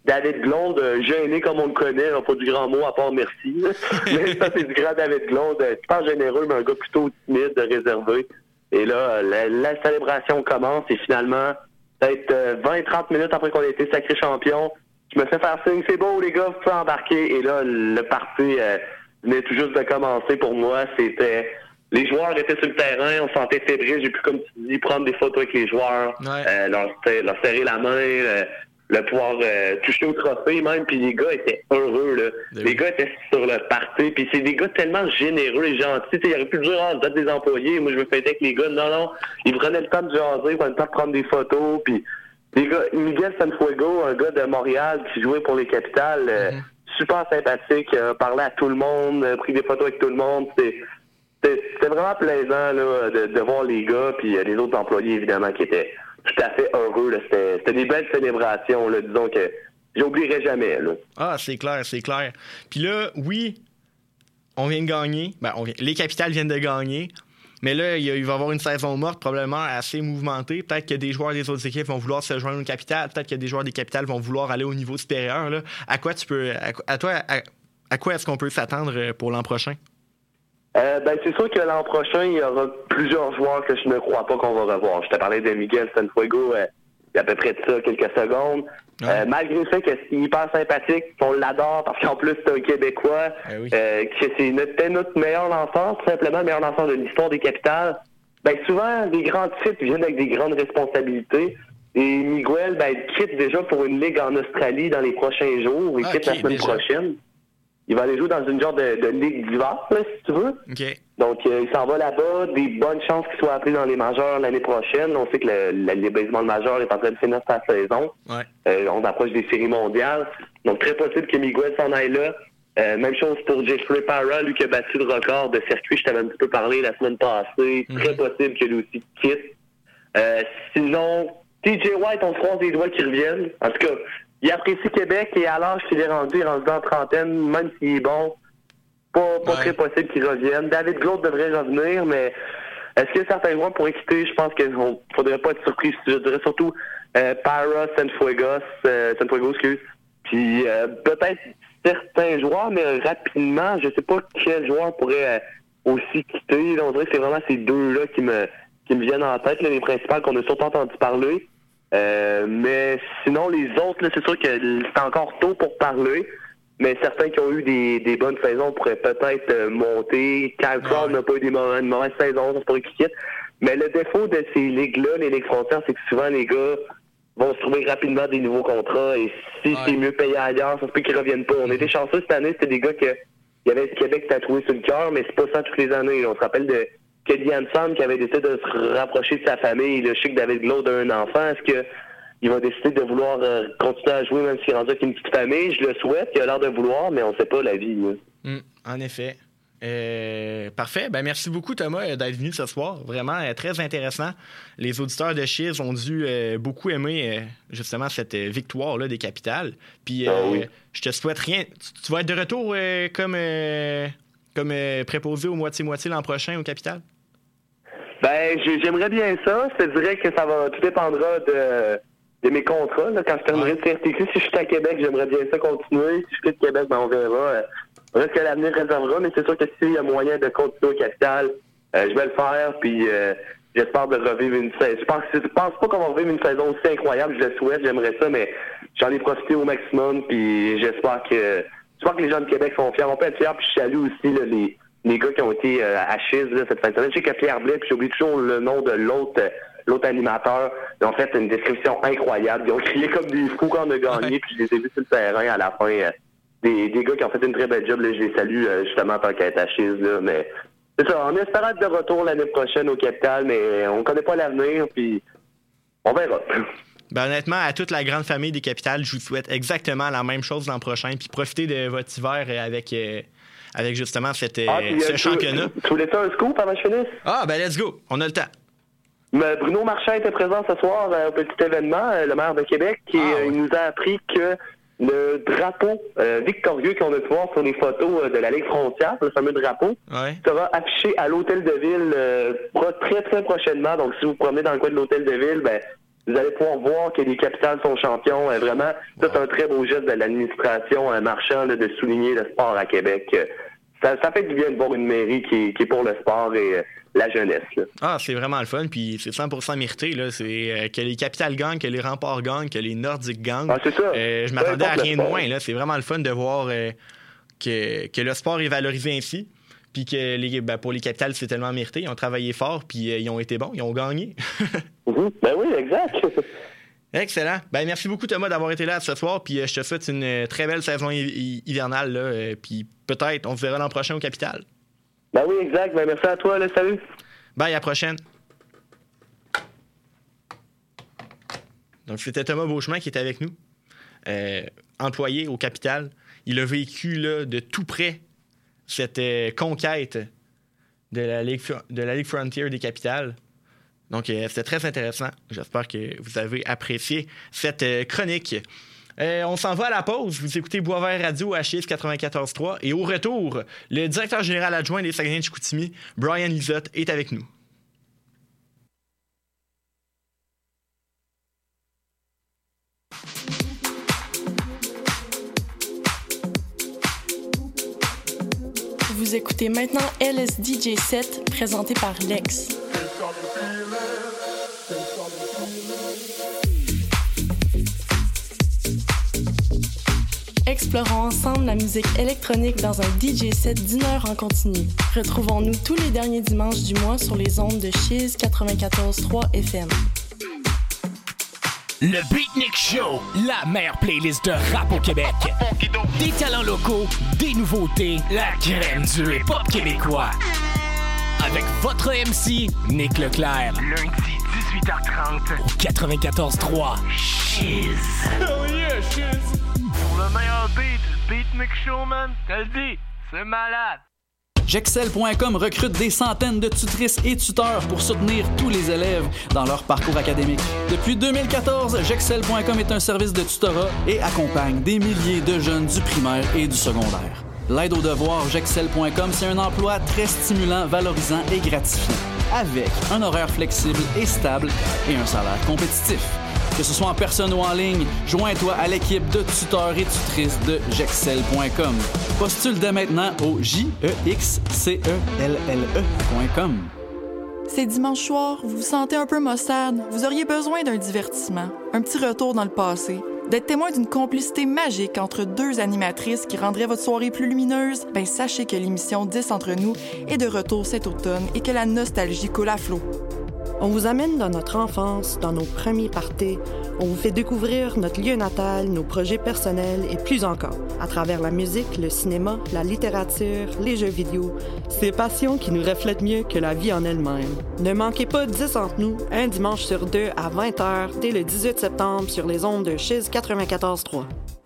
S10: David Glonde, euh, gêné comme on le connaît, n'a pas du grand mot à part merci. Mais ça, c'est du grand David Glonde, euh, super généreux, mais un gars plutôt timide, réservé. Et là, la, la célébration commence et finalement, peut-être euh, vingt à trente minutes après qu'on ait été sacré champion, je me fais faire signe, c'est beau les gars, vous pouvez embarquer. Et là, le party euh, venait tout juste de commencer pour moi. C'était... Les joueurs étaient sur le terrain, on se sentait fébrile. J'ai pu, comme tu dis, prendre des photos avec les joueurs, ouais. euh, leur, leur serrer la main, euh, le pouvoir euh, toucher au trophée même. Puis les gars étaient heureux, là. Oui. Les gars étaient sur le party. Puis c'est des gars tellement généreux et gentils. Il aurait pu le dire, ah, vous êtes des employés, moi je veux fêter avec les gars. Non, non, ils prenaient le temps de jaser, ils prenaient le temps de prendre des photos. Puis les gars, Miguel Sanfuego, un gars de Montréal qui jouait pour les Capitales, euh, mm-hmm. super sympathique, euh, parlait à tout le monde, euh, pris des photos avec tout le monde. C'est C'était vraiment plaisant là, de, de voir les gars puis les autres employés, évidemment, qui étaient tout à fait heureux. C'était, c'était des belles célébrations, là, disons que j'oublierai jamais. Là.
S8: Ah, c'est clair, c'est clair. Puis là, oui, on vient de gagner. Ben, on vient, les Capitales viennent de gagner. Mais là, il, y a, il va y avoir une saison morte probablement assez mouvementée. Peut-être que des joueurs des autres équipes vont vouloir se joindre aux Capitales. Peut-être que des joueurs des Capitales vont vouloir aller au niveau supérieur. Là. À quoi tu peux... À, à toi, à, à quoi est-ce qu'on peut s'attendre pour l'an prochain?
S10: Euh, ben, c'est sûr que l'an prochain, il y aura plusieurs joueurs que je ne crois pas qu'on va revoir. Je te parlais de Miguel Sanfuego euh, il y a à peu près de ça quelques secondes. Ouais. Euh, malgré le fait que c'est hyper sympathique, qu'on l'adore parce qu'en plus c'est un Québécois, eh oui. euh, que c'est notre, notre meilleur lanceur, tout simplement le meilleur lanceur de l'histoire des Capitales. Ben souvent, les grands titres viennent avec des grandes responsabilités. Et Miguel, ben, il quitte déjà pour une ligue en Australie dans les prochains jours. Il ah, quitte okay, la semaine déjà. prochaine. Il va aller jouer dans une genre de, de ligue d'hiver, là, si tu veux.
S8: Okay.
S10: Donc, euh, il s'en va là-bas. Des bonnes chances qu'il soit appelé dans les majeurs l'année prochaine. On sait que le, le, le baseball majeur est en train de finir sa saison.
S8: Ouais.
S10: Euh, on approche des séries mondiales. Donc, très possible que Miguel s'en aille là. Euh, même chose pour Jeffrey Parra, lui qui a battu le record de circuit. Je t'avais un petit peu parlé la semaine passée. Mm-hmm. Très possible que lui aussi quitte. Euh, sinon, T J White, on se croise les doigts qu'il revienne. En tout cas, il apprécie Québec et à l'âge qu'il est rendu, il est rendu en trentaine, même s'il est bon, pas, pas ouais. très possible qu'il revienne. David Glonde devrait revenir, mais est-ce que certains joueurs pourraient quitter? Je pense qu'il ne faudrait pas être surpris. Je dirais surtout euh, Parra, Sanfuegos, euh, Sanfuego, excuse. Puis euh, peut-être certains joueurs, mais rapidement, je ne sais pas quel joueur pourrait euh, aussi quitter. Là, on dirait que c'est vraiment ces deux-là qui me, qui me viennent en tête, là, les principales qu'on a surtout entendu parler. Euh, mais sinon, les autres, là, c'est sûr que c'est encore tôt pour parler, mais certains qui ont eu des, des bonnes saisons pourraient peut-être euh, monter. Kyle Crowd ouais. n'a pas eu des mauvaises, mauvaises saisons, ça se pourrait qu'ils quittent. Mais le défaut de ces ligues-là, les ligues frontières, c'est que souvent les gars vont se trouver rapidement des nouveaux contrats et si ouais. c'est mieux payé ailleurs, ça se peut qu'ils reviennent pas. On était chanceux cette année, c'était des gars que il y avait le Québec tatoué sur le cœur, mais c'est pas ça toutes les années. On se rappelle de Kelly Hanson qui avait décidé de se rapprocher de sa famille. Le chic David Glonde a un enfant. Est-ce que il va décider de vouloir euh, continuer à jouer même s'il est rendu avec une petite famille? Je le souhaite. Il a l'air de vouloir, mais on ne sait pas la vie.
S8: Mmh, en effet. Euh, parfait. Ben, merci beaucoup, Thomas, d'être venu ce soir. Vraiment euh, très intéressant. Les auditeurs de Chiz ont dû euh, beaucoup aimer euh, justement cette euh, victoire-là des Capitales. Puis euh, ah, oui. je te souhaite rien. Tu, tu vas être de retour euh, comme, euh, comme euh, préposé au moitié-moitié l'an prochain aux Capitales?
S10: Ben, j'aimerais bien ça. Je te dirais que ça va tout dépendra de, de mes contrats. Là. Quand je terminerai de C R T Q, si je suis à Québec, j'aimerais bien ça continuer. Si je quitte Québec, ben on verra. Reste que l'avenir réservera, mais c'est sûr que s'il y a moyen de continuer au Capital, euh, je vais le faire. Puis euh, j'espère de revivre une saison. Je pense, je pense pas qu'on va revivre une saison aussi incroyable. Je le souhaite, j'aimerais ça, mais j'en ai profité au maximum. Puis j'espère que j'espère que les gens de Québec sont fiers. On peut être fiers. Puis je salue aussi là, les les gars qui ont été euh, à Chiz là, cette fin de semaine. Je sais que Pierre Blais, puis j'oublie toujours le nom de l'autre euh, l'autre animateur. Ils ont fait une description incroyable. Ils ont crié comme des fous quand on a gagné, puis je les ai vus sur le terrain à la fin. Euh, des, des gars qui ont fait une très belle job. Là, je les salue euh, justement en tant qu'être à Chiz. Là, mais c'est ça, on espère être de retour l'année prochaine au Capital, mais on connaît pas l'avenir, puis on verra.
S8: Ben honnêtement, à toute la grande famille des Capitales, je vous souhaite exactement la même chose l'an prochain, puis profitez de votre hiver avec... Euh, avec justement cette, ah, euh, ce championnat.
S10: Tu voulais faire un scoop avant que je finisse?
S8: Ah, ben let's go. On a le temps.
S10: Mais Bruno Marchand était présent ce soir euh, au petit événement, euh, le maire de Québec, qui ah, euh, oui. nous a appris que le drapeau euh, victorieux qu'on a pu voir sur les photos euh, de la Ligue frontière, le fameux drapeau,
S8: ouais.
S10: sera affiché à l'hôtel de ville euh, très très prochainement. Donc si vous vous promenez dans le coin de l'hôtel de ville, ben Vous allez pouvoir voir que les Capitales sont champions. Euh, vraiment, wow. C'est un très beau geste de l'administration euh, Marchand là, de souligner le sport à Québec. Euh, ça, ça fait du bien de voir une mairie qui est, qui est pour le sport et euh, la jeunesse. Là.
S8: Ah, c'est vraiment le fun, puis c'est cent pour cent mérité. Là. C'est euh, que les Capitales gagnent, que les Remparts gagnent, que les Nordiques gagnent.
S10: Ah, c'est ça.
S8: Euh, je m'attendais à rien de moins. Là. C'est vraiment le fun de voir euh, que, que le sport est valorisé ainsi. Puis que les, ben pour les Capitales, c'est tellement mérité. Ils ont travaillé fort, puis euh, ils ont été bons, ils ont gagné.
S10: mm-hmm. Ben oui, exact.
S8: Excellent. Ben merci beaucoup, Thomas, d'avoir été là ce soir. Puis euh, je te souhaite une euh, très belle saison hi- hivernale. Là, euh, puis peut-être, on se verra l'an prochain au Capitale.
S10: Ben oui, exact. Ben merci à toi. Là, salut.
S8: Bye, à la prochaine. Donc, c'était Thomas Beauchemin qui était avec nous, euh, employé au Capitale. Il a vécu là, de tout près cette euh, conquête de la, Ligue, de la Ligue Frontier des Capitales. Donc, euh, c'était très intéressant. J'espère que vous avez apprécié cette euh, chronique. Euh, on s'en va à la pause. Vous écoutez Boisvert Radio à Chiz quatre-vingt-quatorze trois. Et au retour, le directeur général adjoint des Saguenay de Chicoutimi, Brian Lizotte, est avec nous.
S11: Vous écoutez maintenant L S D J sept, présenté par Lex. Explorons ensemble la musique électronique dans un D J set d'une heure en continu. Retrouvons-nous tous les derniers dimanches du mois sur les ondes de Chiz quatre-vingt-quatorze trois F M.
S12: Le Beatnik Show, la meilleure playlist de rap au Québec. Des talents locaux, des nouveautés, la crème du hip-hop québécois. Avec votre M C, Nick Leclerc.
S13: Lundi, dix-huit heures trente.
S12: Au quatre-vingt-quatorze trois.
S13: Chiz.
S12: Oh yeah, Chiz.
S13: Pour le meilleur beat, le Beatnik Show, man. T'as le dit, c'est malade.
S3: Jexcel point com recrute des centaines de tutrices et tuteurs pour soutenir tous les élèves dans leur parcours académique. Depuis deux mille quatorze, Jexcel point com est un service de tutorat et accompagne des milliers de jeunes du primaire et du secondaire. L'aide aux devoirs Jexcel point com, c'est un emploi très stimulant, valorisant et gratifiant, avec un horaire flexible et stable et un salaire compétitif. Que ce soit en personne ou en ligne, joins-toi à l'équipe de tuteurs et tutrices de Jexcel point com. Postule dès maintenant au j e x c e l l e point com.
S14: C'est dimanche soir, vous vous sentez un peu maussade, vous auriez besoin d'un divertissement, un petit retour dans le passé, d'être témoin d'une complicité magique entre deux animatrices qui rendrait votre soirée plus lumineuse. Ben sachez que l'émission dix entre nous est de retour cet automne et que la nostalgie coule à flot.
S15: On vous amène dans notre enfance, dans nos premiers parties. On vous fait découvrir notre lieu natal, nos projets personnels et plus encore. À travers la musique, le cinéma, la littérature, les jeux vidéo. Ces passions qui nous reflètent mieux que la vie en elle-même. Ne manquez pas dix entre nous, un dimanche sur deux à vingt heures, dès le dix-huit septembre sur les ondes de Chiz quatre-vingt-quatorze trois.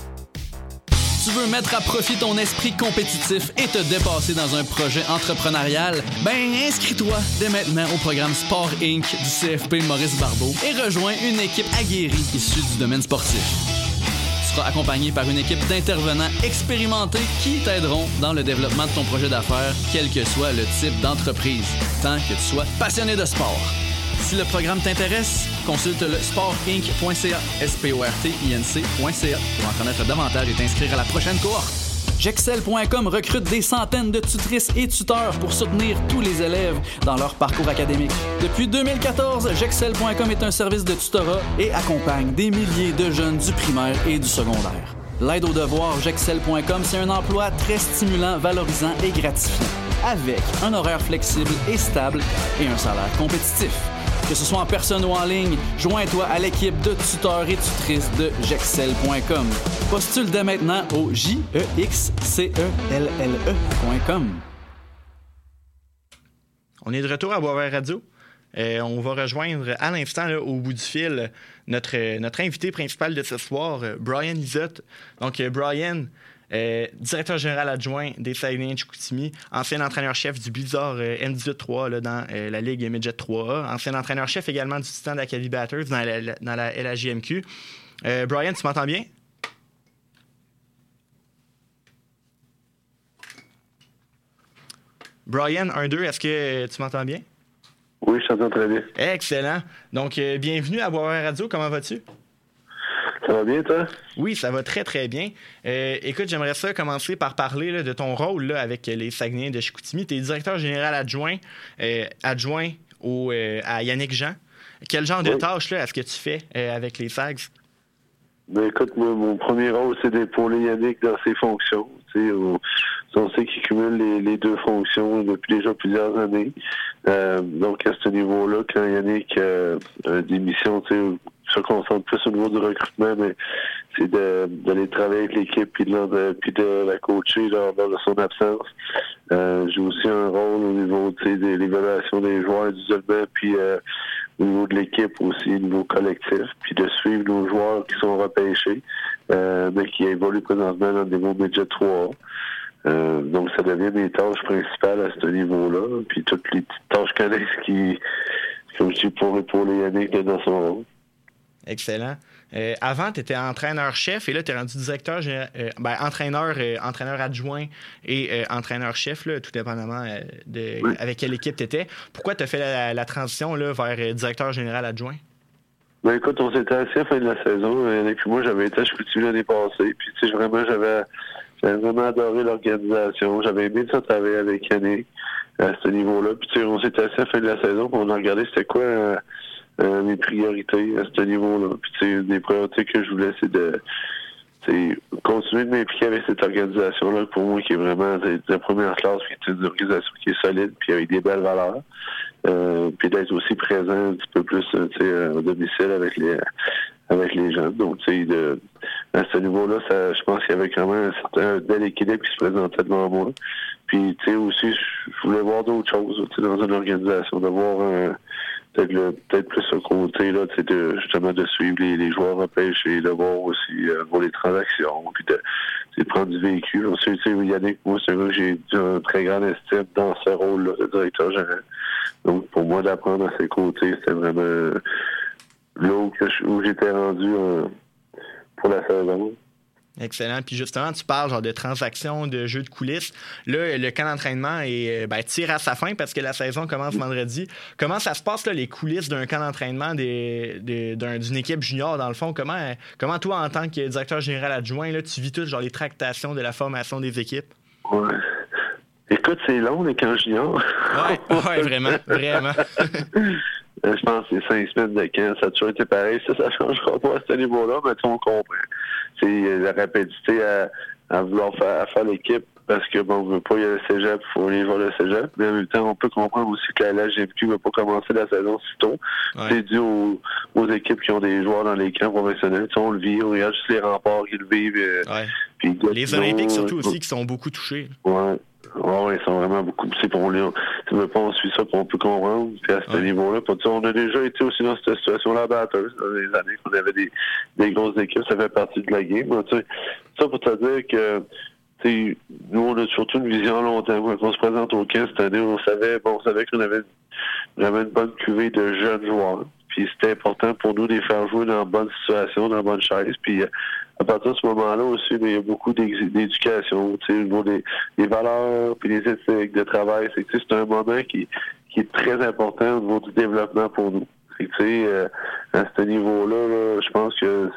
S3: Tu veux mettre à profit ton esprit compétitif et te dépasser dans un projet entrepreneurial? Ben, inscris-toi dès maintenant au programme Sport Incorporé du C F P Maurice Barbeau et rejoins une équipe aguerrie issue du domaine sportif. Tu seras accompagné par une équipe d'intervenants expérimentés qui t'aideront dans le développement de ton projet d'affaires, quel que soit le type d'entreprise, tant que tu sois passionné de sport. Si le programme t'intéresse, consulte le sport inc point c a, s p o r t i n c point c a pour en connaître davantage et t'inscrire à la prochaine cohorte. Jexcel point com recrute des centaines de tutrices et tuteurs pour soutenir tous les élèves dans leur parcours académique. Depuis deux mille quatorze, Jexcel point com est un service de tutorat et accompagne des milliers de jeunes du primaire et du secondaire. L'aide aux devoirs Jexcel point com, c'est un emploi très stimulant, valorisant et gratifiant, avec un horaire flexible et stable et un salaire compétitif. Que ce soit en personne ou en ligne, joins-toi à l'équipe de tuteurs et tutrices de Jexcel point com. Postule dès maintenant au j e x c e l l e point com.
S8: On est de retour à Boisvert Radio. Euh, on va rejoindre à l'instant, là, au bout du fil, notre, notre invité principal de ce soir, Brian Lizotte. Donc, Brian, euh, directeur général adjoint des Saguenay de Chicoutimi, ancien entraîneur-chef du Blizzard euh, N dix-huit trois là, dans euh, la Ligue Midget trois A, ancien entraîneur-chef également du Titan d'Acadie Batters dans la, la, dans la L A J M Q. Euh, Brian, tu m'entends bien? Brian, un deux, est-ce que tu m'entends bien?
S16: Oui, je t'entends très bien.
S8: Excellent. Donc, euh, bienvenue à Boisvert Radio. Comment vas-tu?
S16: Ça va bien, toi?
S8: Oui, ça va très, très bien. Euh, écoute, j'aimerais ça commencer par parler là, de ton rôle là, avec les Saguenayens de Chicoutimi. Tu es directeur général adjoint, euh, adjoint au, euh, à Yannick Jean. Quel genre oui. de tâches là, est-ce que tu fais euh, avec les Sags?
S16: Ben, écoute, moi, mon premier rôle, c'est d'épauler Yannick dans ses fonctions. On, on sait qu'il cumule les, les deux fonctions depuis déjà plusieurs années. Euh, donc, à ce niveau-là, quand Yannick euh, a des missions, se concentre plus au niveau du recrutement, mais c'est de, d'aller travailler avec l'équipe puis de, de, puis de la coacher lors, lors de son absence. Euh, j'ai aussi un rôle au niveau de l'évaluation des joueurs individuellement, puis euh, au niveau de l'équipe aussi, au niveau collectif, puis de suivre nos joueurs qui sont repêchés, euh, mais qui évoluent présentement dans le niveau midget trois A. Euh, donc, ça devient mes tâches principales à ce niveau-là, puis toutes les petites tâches connexes qui, comme je dis, pour épauler Yannick dans son rôle.
S8: Excellent. Euh, avant, tu étais entraîneur-chef et là, tu es rendu directeur, euh, ben, entraîneur, euh, entraîneur adjoint et euh, entraîneur-chef, là, tout dépendamment euh, de oui. avec quelle équipe tu étais. Pourquoi tu as fait la, la transition là, vers euh, directeur général adjoint?
S16: Ben écoute, on s'était assis à la fin de la saison. Et puis moi, j'avais été à Chicoutimi l'année passée. Puis tu sais, vraiment, j'avais, j'avais vraiment adoré l'organisation. J'avais aimé ça travailler avec Yannick à ce niveau-là. Puis tu sais, on s'était assis à la fin de la saison. Puis on a regardé c'était quoi euh, euh, mes priorités à ce niveau-là. Puis tu sais, des priorités que je voulais, c'est de c'est continuer de m'impliquer avec cette organisation-là, pour moi, qui est vraiment de, de première classe, puis c'est une organisation qui est solide, puis avec des belles valeurs. Euh, puis d'être aussi présent un petit peu plus tu sais, au domicile avec les avec les jeunes. Donc, tu sais, de, à ce niveau-là, ça, je pense qu'il y avait quand même un certain un bel équilibre qui se présentait devant moi. Puis, tu sais, aussi, je voulais voir d'autres choses tu sais, dans une organisation, de voir un peut-être, le, peut-être plus ce côté là, tu sais, de justement de suivre les, les joueurs repêchés, de voir aussi euh, voir les transactions, puis de, de prendre du véhicule. Ensuite, tu sais, Yannick, moi, c'est vrai que j'ai un très grand estime dans ce rôle-là de directeur général. Donc, pour moi, d'apprendre à ses côtés, c'était vraiment là où, je, où j'étais rendu euh, pour la saison.
S8: Excellent. Puis justement, tu parles genre de transactions, de jeux de coulisses. Là, le camp d'entraînement est, ben, tire à sa fin parce que la saison commence vendredi. Comment ça se passe, là, les coulisses d'un camp d'entraînement des, des, d'un, d'une équipe junior, dans le fond? Comment, comment toi, en tant que directeur général adjoint, là, tu vis tout genre les tractations de la formation des équipes?
S16: Ouais. Écoute, c'est long, les camps juniors.
S8: Ouais, ouais, vraiment, vraiment.
S16: Je pense que c'est cinq semaines de camp. Ça a toujours été pareil. Ça, ça ne changera pas à ce niveau-là, mais on comprend. C'est la rapidité à, à vouloir faire, à faire l'équipe parce que bon, on ne veut pas y aller au cégep, il faut aller voir le cégep. Mais en même temps, on peut comprendre aussi que la G M Q ne va pas commencer la saison si tôt. Ouais. C'est dû aux, aux équipes qui ont des joueurs dans les camps professionnels. T'sais, on le vit, on regarde juste les remparts qui le vivent. Ouais. Puis,
S8: les Olympiques surtout aussi qui sont beaucoup touchés.
S16: Ouais. Oh, ils sont vraiment beaucoup poussés pour les. Tu veux pas, on suit ça, puis on peut comprendre. Puis à ce ouais. niveau-là, pour dire, on a déjà été aussi dans cette situation-là batteuse dans les années qu'on avait des, des grosses équipes, ça fait partie de la game. Tu sais, ça pour te dire que tu sais, nous, on a surtout une vision à long terme. Quand on se présente au camp cette année, on savait, bon, on savait qu'on avait vraiment une bonne cuvée de jeunes joueurs. Puis c'était important pour nous de les faire jouer dans une bonne situation, dans une bonne chaise. Puis à partir de ce moment-là aussi, il y a beaucoup d'éducation, tu sais, au niveau des, des valeurs, puis des éthiques de travail. C'est, c'est un moment qui, qui est très important au niveau du développement pour nous. C'est, tu sais, euh, à ce niveau-là, là, je pense que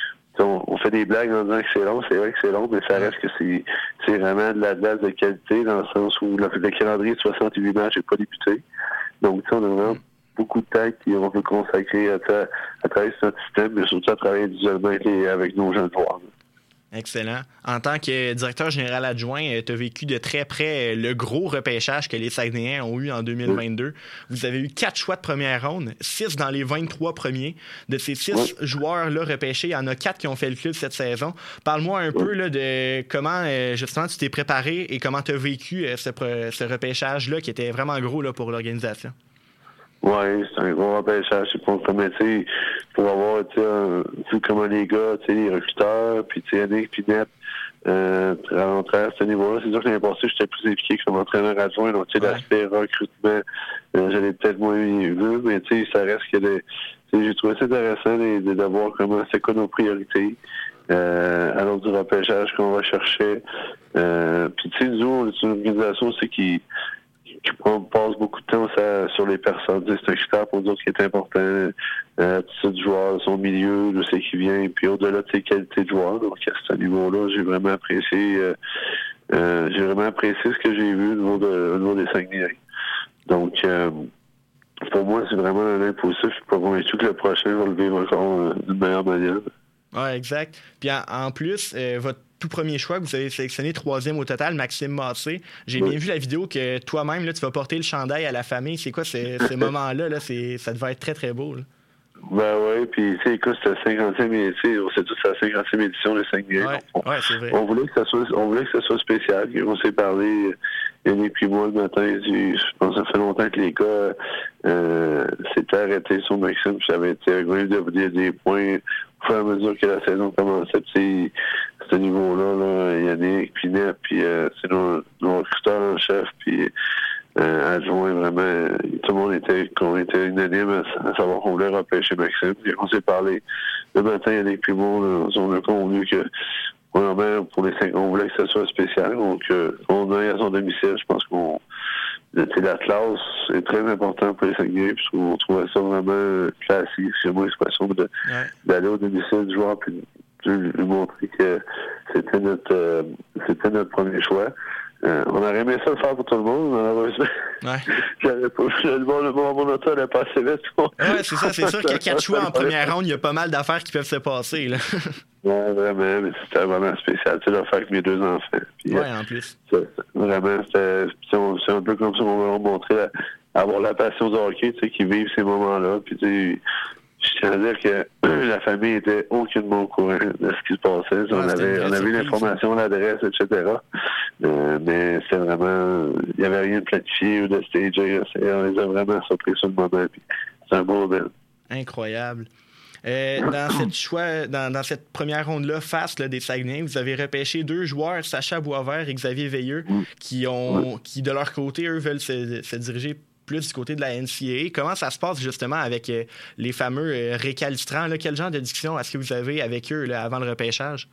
S16: on, on fait des blagues en disant que c'est long, c'est vrai que c'est long, mais ça reste que c'est, c'est vraiment de la base de qualité dans le sens où le, le calendrier de soixante-huit matchs n'est pas débuté. Donc, tu sais, on a vraiment beaucoup de temps qu'on veut consacrer à, ta, à travailler sur notre système, mais surtout à travailler individuellement avec, avec nos jeunes joueurs.
S8: Excellent. En tant que directeur général adjoint, tu as vécu de très près le gros repêchage que les Saguenayens ont eu en deux mille vingt-deux. Oui. Vous avez eu quatre choix de première ronde, six dans les vingt-trois premiers. De ces six oui. joueurs-là repêchés, il y en a quatre qui ont fait le club cette saison. Parle-moi un oui. peu là, de comment justement tu t'es préparé et comment tu as vécu ce, ce repêchage-là qui était vraiment gros là, pour l'organisation.
S16: Oui, c'est un gros repêchage. C'est pour comme, tu sais, pour avoir, tu sais, comment les gars, tu sais, les recruteurs, puis tu sais, Yannick, puis Net, euh, à l'entrée à ce niveau-là. C'est sûr que l'année passée, j'étais plus impliqué comme entraîneur adjoint. Donc, tu sais, ouais. l'aspect recrutement, euh, j'allais peut-être moins vu, mais tu sais, ça reste que des, j'ai trouvé ça intéressant de, de, de voir comment c'est quoi nos priorités. Euh, à l'autre du repêchage qu'on va chercher. Euh, puis tu sais, nous, c'est une organisation aussi qui qui passe beaucoup de temps ça, sur les personnes. C'est un critère pour nous autres qui est important. Euh, l'attitude du joueur, son milieu, de ce qui vient, puis au-delà de ses qualités de joueur. Donc, à ce niveau-là, j'ai vraiment apprécié euh, euh, j'ai vraiment apprécié ce que j'ai vu au niveau, de, au niveau des Saguenayens. Donc, euh, pour moi, c'est vraiment un impulsif. Je suis pas convaincu que le prochain va le vivre encore euh, d'une meilleure manière.
S8: Oui, exact. Puis en, en plus, euh, votre tout premier choix que vous avez sélectionné troisième au total, Maxime Massé. J'ai oui. bien vu la vidéo que toi-même, là, tu vas porter le chandail à la famille. C'est quoi ces, ces moments-là? Là? C'est, ça devait être très, très beau. Là.
S16: Ben oui, puis tu sais, écoute, c'était la cinquantième édition, c'est toute la cinquantième édition de Saguenay.
S8: Ouais, on, ouais, c'est vrai.
S16: On voulait que ça soit, on voulait que ça soit spécial. On s'est parlé, Yannick puis moi, le matin. Je pense que ça fait longtemps que les gars euh, s'étaient arrêtés sur Maxime. J'avais été agréable de vous dire des points au fur et à mesure que la saison commençait. Puis à ce niveau-là, là, Yannick, puis Net, puis euh, c'est nos, nos recruteurs en chef, puis Euh, adjoint, vraiment, tout le monde était, qu'on était unanime à, à savoir qu'on voulait repêcher Maxime. Puis on s'est parlé le matin avec puis bon, on a convenu que vraiment pour les cinq, on voulait que ça soit spécial. Donc euh, on aille à son domicile, je pense qu'on c'est la classe est très important pour les Saguenay, puis on trouvait ça vraiment classique, c'est moi l'expression de, ouais. d'aller au domicile du joueur puis de lui montrer que c'était notre euh, c'était notre premier choix. Euh, on aurait aimé ça le faire pour tout le monde, malheureusement. Ouais. J'avais pas, le bon, le bon, mon auto n'allait pas assez vite.
S8: Ouais, c'est ça, c'est sûr qu'il y a quatre choix en première ronde, il y a pas mal d'affaires qui peuvent se passer, là.
S16: Ouais, vraiment, mais c'était vraiment spécial. Tu sais, le faire avec mes deux enfants. Puis,
S8: ouais, en plus.
S16: C'est, vraiment, c'était, c'est un peu comme ça qu'on va montrer, la, avoir la passion du hockey, tu sais, qu'ils vivent ces moments-là. Puis, tu sais, je tiens à dire que la famille était aucunement au courant de ce qui se passait. Ouais, on avait, on avait l'information, l'adresse, et cetera. Euh, mais c'est vraiment... Il n'y avait rien de planifié ou de stagé. On les a vraiment surpris sur le moment. Puis c'est un beau bel.
S8: Incroyable. Euh, dans cette choix, dans, dans cette première ronde-là, face là, des Saguenay, vous avez repêché deux joueurs, Sacha Boisvert et Xavier Veilleux, mm. qui ont, ouais. qui de leur côté, eux, veulent se, se diriger plus du côté de la N C A A. Comment ça se passe justement avec euh, les fameux euh, récalcitrants? Là? Quel genre de discussion est-ce que vous avez avec eux là, avant le repêchage?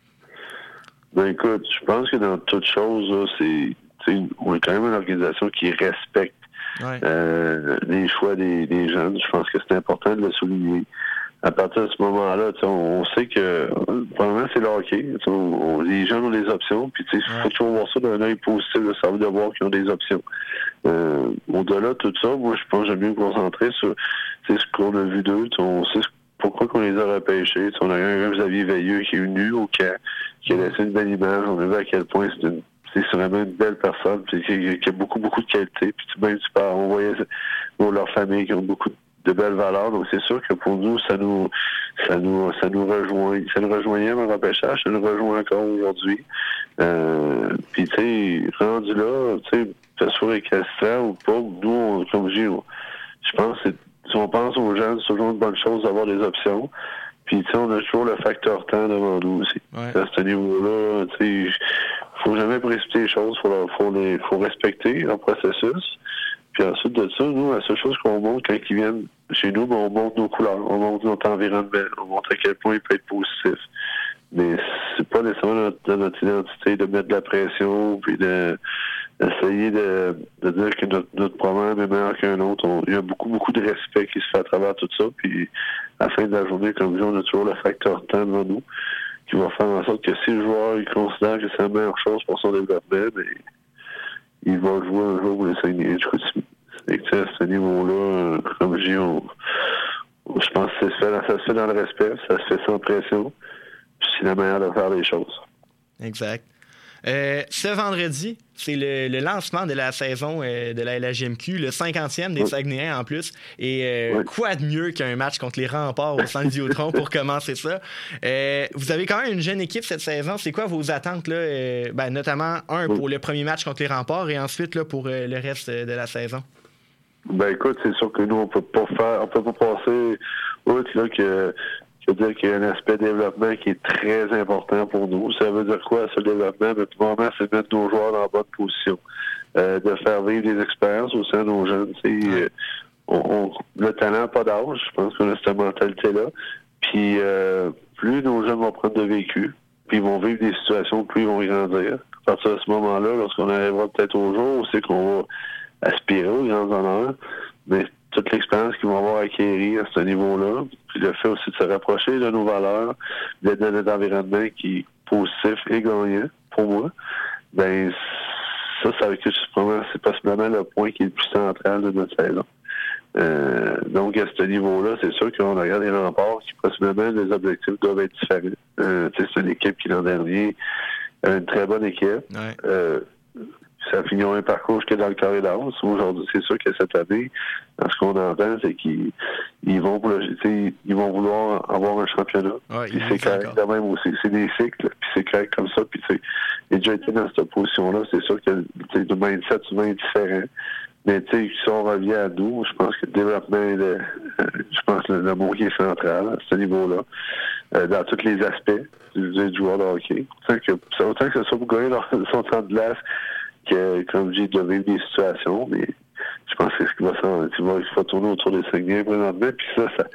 S16: Ben écoute, je pense que dans toute chose, là, c'est, on est quand même une organisation qui respecte ouais. euh, les choix des, des jeunes. Je pense que c'est important de le souligner. À partir de ce moment-là, on, on sait que probablement c'est le hockey. On, on, les jeunes ont des options, puis il faut toujours voir ça d'un œil positif, de savoir de voir qu'ils ont des options. Euh, au-delà de tout ça, moi je pense que j'aime mieux me concentrer sur ce qu'on a vu d'eux. On sait pourquoi qu'on les a repêchés. On a un Xavier Veilleux qui est venu au camp, qui a laissé une belle image. On a vu à quel point c'est, une, c'est vraiment une belle personne, puis qui, qui a beaucoup, beaucoup de qualité. Puis même tu parles, on voyait bon, leur famille qui ont beaucoup de belles valeurs. Donc c'est sûr que pour nous, ça nous ça nous ça nous rejoint. Ça nous rejoignait dans le repêchage, ça nous rejoint encore aujourd'hui. Euh, puis tu sais, rendu là, tu sais, que ce soit récalcitrant ou pas, nous, on, comme je dis, je pense que si on pense aux gens, c'est toujours une bonne chose d'avoir des options. Puis, tu sais, on a toujours le facteur temps devant nous aussi. Ouais. À ce niveau-là, tu sais, faut jamais précipiter les choses, faut, faut, les, faut respecter leur processus. Puis ensuite de ça, nous, la seule chose qu'on montre quand ils viennent chez nous, ben, on montre nos couleurs, on montre notre environnement, on montre à quel point il peut être positif. Mais c'est pas nécessairement notre, dans notre identité de mettre de la pression, puis de d'essayer de, de dire que notre, notre problème est meilleur qu'un autre. On, il y a beaucoup, beaucoup de respect qui se fait à travers tout ça. Puis à la fin de la journée, comme je dis, on a toujours le facteur temps devant nous qui va faire en sorte que si le joueur il considère que c'est la meilleure chose pour son développement, bien, il va jouer un jour pour les Saguenay. Je crois que à ce niveau-là, comme je dis, on, je pense que ça se, fait, ça se fait dans le respect, ça se fait sans pression. Puis c'est la manière de faire les choses.
S8: Exact. Euh, ce vendredi, c'est le, le lancement de la saison euh, de la L H J M Q, le cinquantième des Saguenayens en plus. Et euh, oui. quoi de mieux qu'un match contre les Remparts au Centre Vidéotron pour commencer ça? Euh, vous avez quand même une jeune équipe cette saison. C'est quoi vos attentes, là? Euh, ben, notamment, un, pour le premier match contre les Remparts et ensuite là, pour euh, le reste de la saison?
S16: Ben écoute, c'est sûr que nous, on peut pas faire, on peut pas passer outre là que... C'est-à-dire qu'il y a un aspect développement qui est très important pour nous. Ça veut dire quoi, ce développement? Mais vraiment, c'est mettre nos joueurs dans la bonne position. Euh, de faire vivre des expériences aussi à nos jeunes. Euh, on, on, le talent n'a pas d'âge. Je pense qu'on a cette mentalité-là. Puis, euh, plus nos jeunes vont prendre de vécu, puis ils vont vivre des situations, plus ils vont grandir. À partir de ce moment-là, lorsqu'on arrivera peut-être au jour où c'est qu'on va aspirer aux grands honneurs, mais toute l'expérience qu'ils vont avoir acquérie à ce niveau-là, puis le fait aussi de se rapprocher de nos valeurs, d'être dans un environnement qui est positif et gagnant, pour moi, ben ça, ça c'est possiblement le point qui est le plus central de notre saison. Euh, donc, à ce niveau-là, c'est sûr qu'on regarde les remparts qui, possiblement, les objectifs doivent être différents. Euh, c'est une équipe qui, l'an dernier, a une très bonne équipe. Ouais. Euh, ça finit un parcours jusque dans le carré d'as. Aujourd'hui, c'est sûr que cette année, ce qu'on entend, c'est qu'ils ils vont, ils vont vouloir avoir un championnat. Ouais, puis c'est correct quand même aussi. C'est des cycles, puis c'est correct comme ça. Puis il a déjà été dans cette position-là. C'est sûr que le mindset souvent est différent. Mais tu sais, si on revient à nous, je pense que le développement, le, je pense que le, le mot qui est central à ce niveau-là, euh, dans tous les aspects du, du joueur de hockey. Autant que, autant que ce soit pour gagner dans son temps de glace, que, comme j'ai de vivre des situations, mais je pense que c'est ce qui va s'en, il va, il va tourner autour des Saguenay présentement, puis ça, ça,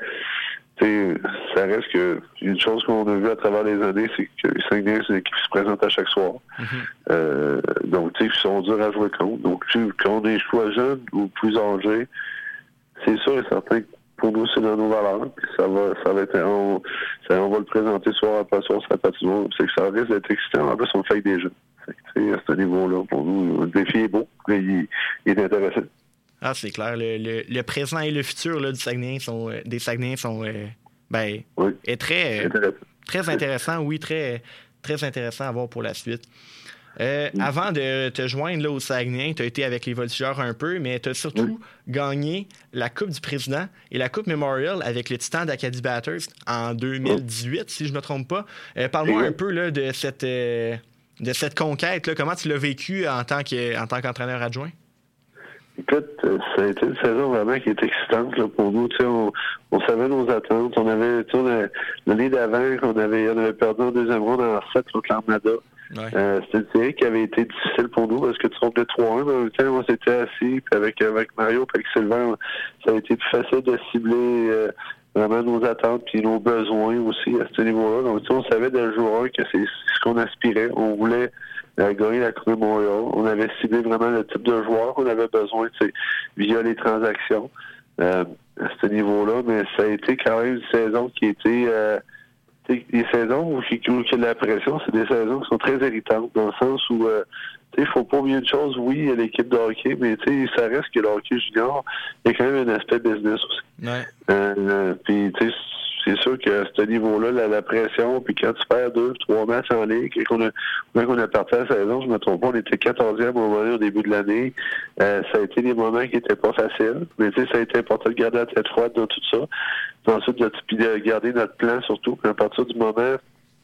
S16: ça reste que une chose qu'on a vu à travers les années, c'est que les Saguenay, c'est une équipe qui se présente à chaque soir. Mm-hmm. Euh, donc, tu sais, ils sont durs à jouer contre. Donc, quand on est choix jeunes ou plus âgés, c'est sûr et certain que pour nous, c'est dans nos valeurs. Puis ça va, ça va être, on, ça, on va le présenter soir après soir sur la patinoire. C'est que ça risque d'être excitant. En plus, on le fait avec des jeunes. À ce niveau-là, pour nous, le défi est beau, mais il, il est intéressant.
S8: Ah, c'est clair. Le, le, le présent et le futur là, du Saguenay sont, euh, des Saguenay sont euh, ben, oui. est très, euh, intéressant. très intéressant. Oui, très, très intéressant à voir pour la suite. Euh, mm. Avant de te joindre là, au Saguenay, tu as été avec les Voltigeurs un peu, mais tu as surtout mm. gagné la Coupe du Président et la Coupe Memorial avec les Titans d'Acadie Batters en deux mille dix-huit, mm. si je ne me trompe pas. Euh, parle-moi mm. un peu là, de cette... Euh, de cette conquête, là, comment tu l'as vécu en tant que, en tant qu'entraîneur adjoint?
S16: Écoute, ça a été une saison vraiment qui est excitante là, pour nous. On, on savait nos attentes. On avait, tu sais, l'année d'avant, on avait, on avait perdu en deuxième ronde en sept contre l'Armada. Ouais. Euh, c'était une série qui avait été difficile pour nous parce que tu rompais trois un, mais en même temps, on s'était assis, puis avec, avec Mario et avec Sylvain, ça a été plus facile de cibler euh, vraiment nos attentes puis nos besoins aussi à ce niveau-là. Donc, tu sais, on savait dès le jour un que c'est ce qu'on aspirait. On voulait euh, gagner la Coupe Memorial. On avait ciblé vraiment le type de joueur qu'on avait besoin, tu sais, via les transactions euh, à ce niveau-là. Mais ça a été quand même une saison qui était... Euh, des saisons où il y a de la pression, c'est des saisons qui sont très irritantes, dans le sens où euh, il ne faut pas oublier une chose, oui, il y a l'équipe de hockey, mais ça reste que le hockey junior, il y a quand même un aspect business aussi. Ouais. Euh, puis, tu sais, c'est sûr qu'à ce niveau-là, la, la pression, puis quand tu perds deux, trois matchs en ligue, et qu'on a, quand on a parti la saison, je ne me trompe pas, on était quatorzième au, au début de l'année. Euh, ça a été des moments qui n'étaient pas faciles, mais tu sais, ça a été important de garder la tête froide dans tout ça. Puis ensuite, de, de garder notre plan surtout, puis à partir du moment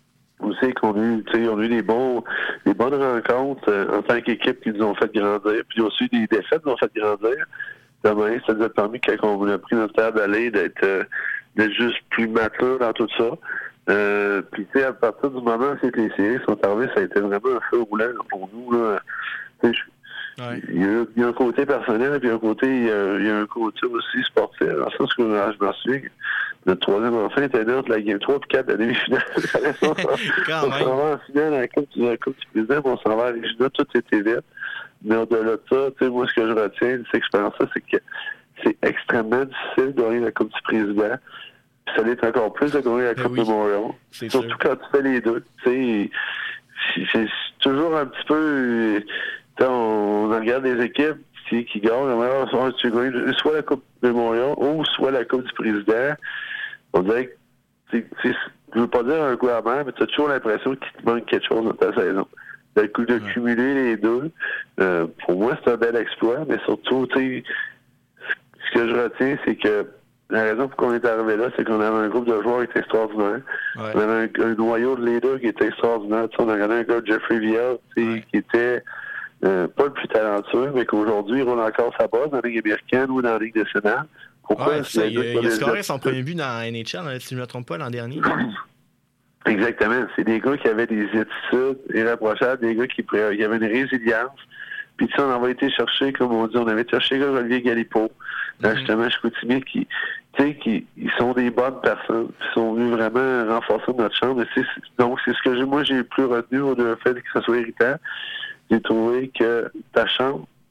S16: où c'est qu'on a eu, tu sais, on a eu des bons, des bonnes rencontres euh, en tant qu'équipe qui nous ont fait grandir, puis aussi des défaites qui nous ont fait grandir. Demain, ça nous a permis, quand on a pris notre table à l'aide, d'être, euh, d'être juste plus mature dans tout ça. Euh, puis, tu sais, à partir du moment où les séries sont arrivées, ça a été vraiment un feu roulant pour nous, là. Tu sais, ouais. il, y a, il y a un côté personnel, puis un côté, il y a, il y a un côté aussi sportif. Alors, ça, ce que je me souviens, notre troisième enfant était né entre la game trois et quatre de la demi-finale. on s'en va en finale à la Coupe du, la coupe du Président, on s'en va à Regina, tout était vite. Mais au-delà de ça, tu sais, moi, ce que je retiens de cette expérience-là, c'est que c'est extrêmement difficile de gagner la Coupe du Président. Puis ça l'est encore plus de gagner la Coupe oui, Memorial. Surtout sûr. Quand tu fais les deux. Tu sais, c'est toujours un petit peu... On, on regarde les équipes qui, qui gagnent. Alors, tu gagnes soit la Coupe Memorial ou soit la Coupe du Président. On dirait que... Je ne veux pas dire un coup à mer, mais tu as toujours l'impression qu'il te manque quelque chose dans ta saison. Le coup de ouais. cumuler les deux, euh, pour moi, c'est un bel exploit, mais surtout, tu sais, ce que je retiens, c'est que la raison pour qu'on est arrivé là, c'est qu'on avait un groupe de joueurs qui était extraordinaire. Ouais. On avait un, un noyau de leaders qui était extraordinaire. T'sais, on a regardé un gars, Jeffrey Viel, ouais. qui était euh, pas le plus talentueux, mais qu'aujourd'hui, il roule encore sa base dans la Ligue américaine ou dans la Ligue nationale. Pourquoi?
S8: Ouais, ça, il, il a scoré son premier but dans N H L, si je ne me trompe pas, l'an dernier.
S16: Exactement. C'est des gars qui avaient des attitudes irréprochables, des gars qui, qui avaient une résilience. Puis ça, on en avait été chercher, comme on dit, on avait été chercher Olivier Galipo, mm-hmm. justement, Chicoutimi, qui, tu sais, qui ils sont des bonnes personnes, qui sont venus vraiment renforcer notre chambre. Et c'est, donc, c'est ce que j'ai, moi, j'ai plus retenu au fait que ça soit irritant. J'ai trouvé que ta chambre,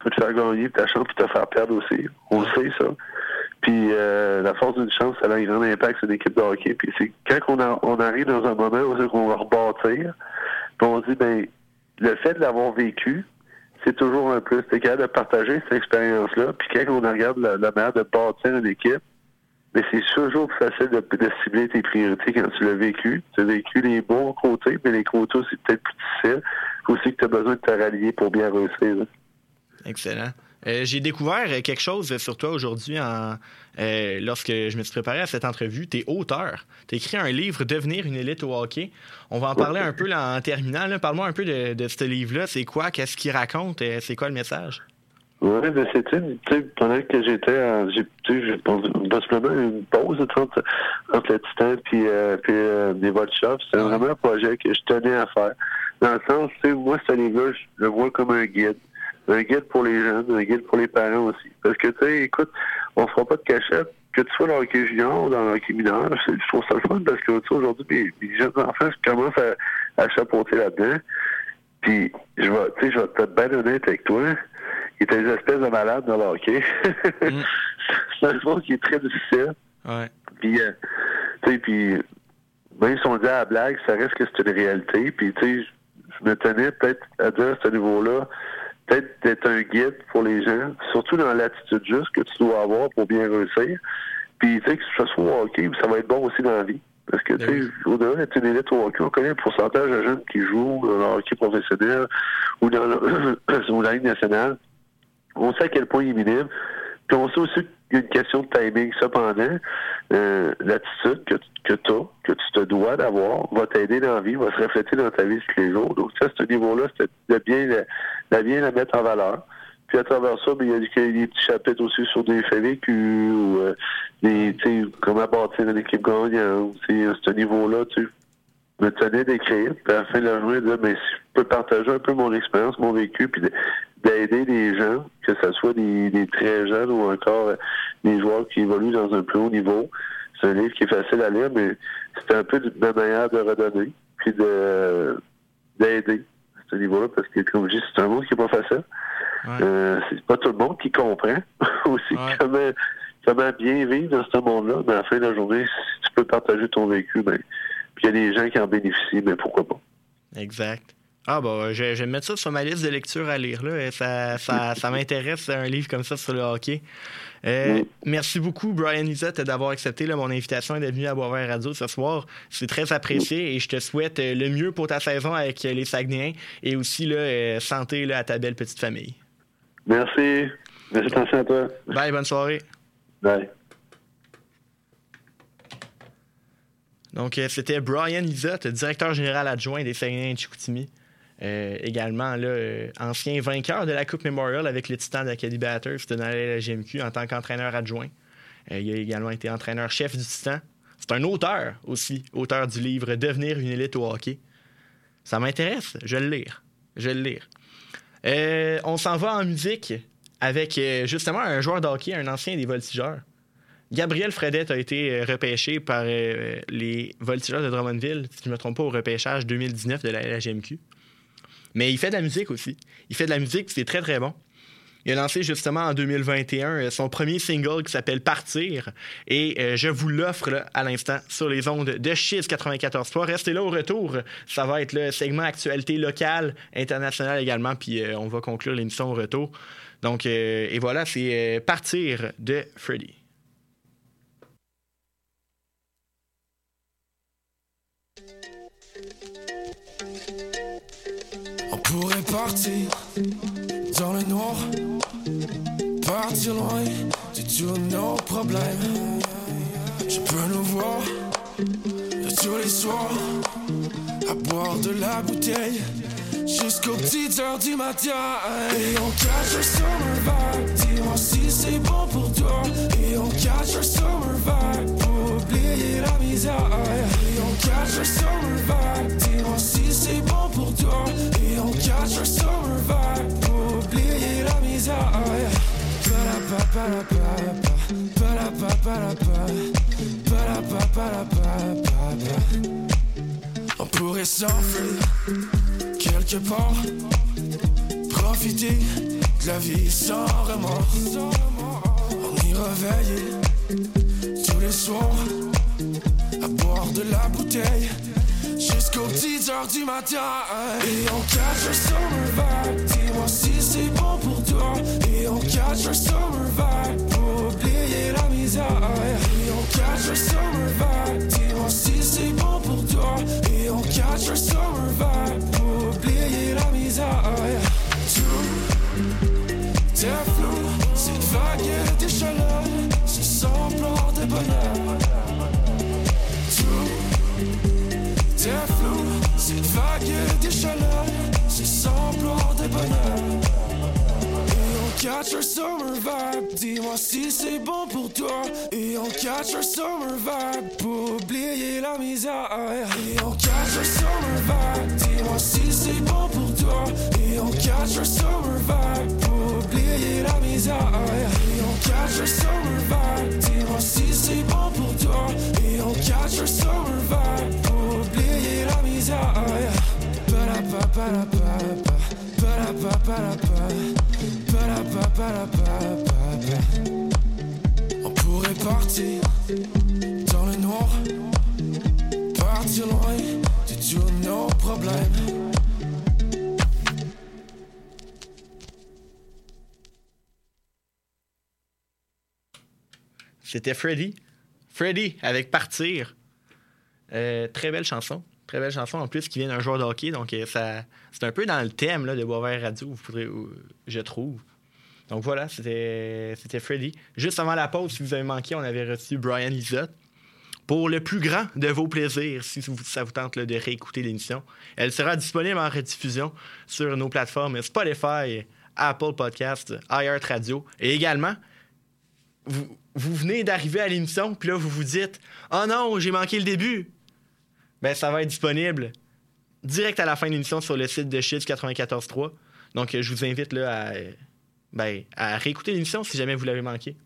S16: peut te faire gagner, puis ta chance peut te faire perdre aussi. On le sait, ça. Puis euh, la force d'une chance, ça a un grand impact sur une équipe de hockey. Puis c'est quand on, a, on arrive dans un moment où c'est qu'on va rebâtir, puis on se dit, ben le fait de l'avoir vécu, c'est toujours un plus. T'es capable de partager cette expérience-là. Puis quand on regarde la, la manière de bâtir une équipe, mais c'est toujours plus facile de, de cibler tes priorités quand tu l'as vécu. Tu as vécu les bons côtés, mais les côtés, c'est peut-être plus difficile. Il faut aussi que tu as besoin de te rallier pour bien réussir. Là.
S8: Excellent. Euh, j'ai découvert quelque chose sur toi aujourd'hui en, euh, lorsque je me suis préparé à cette entrevue. Tu es auteur. Tu as écrit un livre, Devenir une élite au hockey. On va en parler un peu là, en terminant. Là. Parle-moi un peu de, de ce livre-là. C'est quoi? Qu'est-ce qu'il raconte? C'est quoi le message?
S16: Oui, ben c'était, tu sais, pendant que j'étais, en, j'ai, tu sais, j'ai possiblement une pause entre, entre le Titan puis, euh, puis euh, des Volchov. C'était ouais. vraiment un projet que je tenais à faire. Dans le sens, tu sais, moi, ce livre-là, je le vois comme un guide. Un guide pour les jeunes, un guide pour les parents aussi. Parce que, tu sais, écoute, on fera pas de cachette. Que tu sois dans le hockey junior ou dans le hockey mineur, je trouve ça le fun parce que, tu sais, aujourd'hui, les, les jeunes enfants commencent à, à chapeauter là-dedans. Puis, je vais, tu sais, je vais être bien honnête avec toi. Il était des espèces de malades dans le hockey. Mm. C'est un sport qui est très difficile.
S8: Ouais.
S16: Puis, euh, tu sais, puis, même si on dit à la blague, ça reste que c'est une réalité. Puis, tu sais, je me tenais peut-être à dire à ce niveau-là, peut-être d'être un guide pour les gens, surtout dans l'attitude juste que tu dois avoir pour bien réussir. Puis, tu sais, que ce soit au hockey, ça va être bon aussi dans la vie. Parce que, tu sais, au-delà d'être une élite au hockey, on connaît le pourcentage de jeunes qui jouent dans le hockey professionnel ou dans la, ou la Ligue nationale. On sait à quel point il est minime. Puis on sait aussi qu'il y a une question de timing. Cependant, euh, l'attitude que, que tu as, que tu te dois d'avoir, va t'aider dans la vie, va se refléter dans ta vie tous les jours. Donc, ça, à ce niveau-là, c'est de bien la, de bien la mettre en valeur. Puis à travers ça, bien, il y a des, des petits chapitres aussi sur des faits vécus ou euh, des, tu sais, comment bâtir une équipe gagnante. À ce niveau-là, tu me tenais d'écrire. Puis à la fin de la journée, de dire, ben, si je peux partager un peu mon expérience, mon vécu, puis de, d'aider les gens, que ce soit des, des très jeunes ou encore euh, des joueurs qui évoluent dans un plus haut niveau. C'est un livre qui est facile à lire, mais c'est un peu de ma manière de redonner, puis de d'aider à ce niveau-là, parce que, comme je dis, c'est un monde qui n'est pas facile. Ouais. Euh, c'est pas tout le monde qui comprend aussi ouais. comment, comment bien vivre dans ce monde-là, mais à la fin de la journée, si tu peux partager ton vécu, ben, puis il y a des gens qui en bénéficient, mais pourquoi pas.
S8: Exact. Ah bah je, je vais mettre ça sur ma liste de lecture à lire là. Ça, ça, ça m'intéresse un livre comme ça sur le hockey. Euh, oui. Merci beaucoup Brian Lizotte d'avoir accepté là, mon invitation et d'être venu à Boisvert Radio ce soir. C'est très apprécié oui. et je te souhaite le mieux pour ta saison avec les Saguenayens et aussi là, santé là, à ta belle petite famille.
S16: Merci. Merci attention à toi.
S8: Bye, bonne soirée.
S16: Bye.
S8: Donc c'était Brian Lizotte, directeur général adjoint des Saguenayens de Chicoutimi. Euh, également, là, euh, ancien vainqueur de la Coupe Memorial avec le Titan d'Acadie Batters, c'était dans la G M Q en tant qu'entraîneur adjoint. Euh, il a également été entraîneur-chef du Titan. C'est un auteur aussi, auteur du livre « Devenir une élite au hockey ». Ça m'intéresse, je vais le lire. Je vais le lire. Euh, on s'en va en musique avec euh, justement un joueur de hockey, un ancien des Voltigeurs. Gabriel Fredette a été repêché par euh, les Voltigeurs de Drummondville, si je ne me trompe pas, au repêchage deux mille dix-neuf de la L H M Q. Mais il fait de la musique aussi. Il fait de la musique, c'est très, très bon. Il a lancé justement en deux mille vingt et un son premier single qui s'appelle « Partir ». Et euh, je vous l'offre là, à l'instant sur les ondes de Chiz quatre-vingt-quatorze trois. Restez là au retour. Ça va être le segment actualité locale, internationale également. Puis euh, on va conclure l'émission au retour. Donc, euh, et voilà, c'est euh, « Partir » de Freddy.
S9: On pourrait partir dans le noir, partir loin de tous nos problèmes. Je peux nous voir de tous les soirs à boire de la bouteille jusqu'aux petites heures du matin. Et on catch un summer vibe, dis-moi si c'est bon pour toi. Et on catch un summer vibe pour oublier la misère. Et on catch un summer vibe, dis-moi si c'est bon pour toi. Et on catch un summer vibe pour oublier la misère. On pourrait s'enfuir quelque part, profiter de toute la vie sans remords. On ira veiller tous les soirs à boire de la bouteille jusqu'aux petites heures du matin. Et on catch un summer vibe. Dis-moi si c'est bon pour toi. Et on catch un summer vibe pour oublier la misère. Et on catch un summer vibe. Dis-moi si c'est bon pour toi. Et on catch un summer vibe pour oublier la misère. Tout t'es flou, cette vague de chaleur, ce semblant de bonheur. Tout t'es flou, cette vague de chaleur, ce semblant de bonheur. Et on catch un summer vibe, dis-moi si c'est bon pour toi. Et on catch un summer vibe pour oublier la misère. Et on catch un summer vibe, dis-moi si c'est bon pour toi. Et on catch un summer vibe pour oublier la misère. Et on catch un summer vibe, dis-moi si c'est bon pour toi. Et on catch un summer vibe pour oublier la misère. On pourrait partir dans le noir, partir loin de tous nos problèmes.
S8: C'était Freddy. Freddy avec Partir. Euh, très belle chanson. Très belle chanson en plus qui vient d'un joueur de hockey. Donc euh, ça, c'est un peu dans le thème là, de Boisvert Radio, vous pourrez, euh, je trouve. Donc voilà, c'était, c'était Freddy. Juste avant la pause, si vous avez manqué, on avait reçu Brian Lizotte pour le plus grand de vos plaisirs, si ça vous tente là, de réécouter l'émission. Elle sera disponible en rediffusion sur nos plateformes Spotify, Apple Podcasts, iHeartRadio et également... Vous, vous venez d'arriver à l'émission, puis là, vous vous dites « Oh non, j'ai manqué le début! » Ben, ça va être disponible direct à la fin de l'émission sur le site de Chiz quatre-vingt-quatorze trois. Donc, je vous invite là, à, ben, à réécouter l'émission si jamais vous l'avez manqué.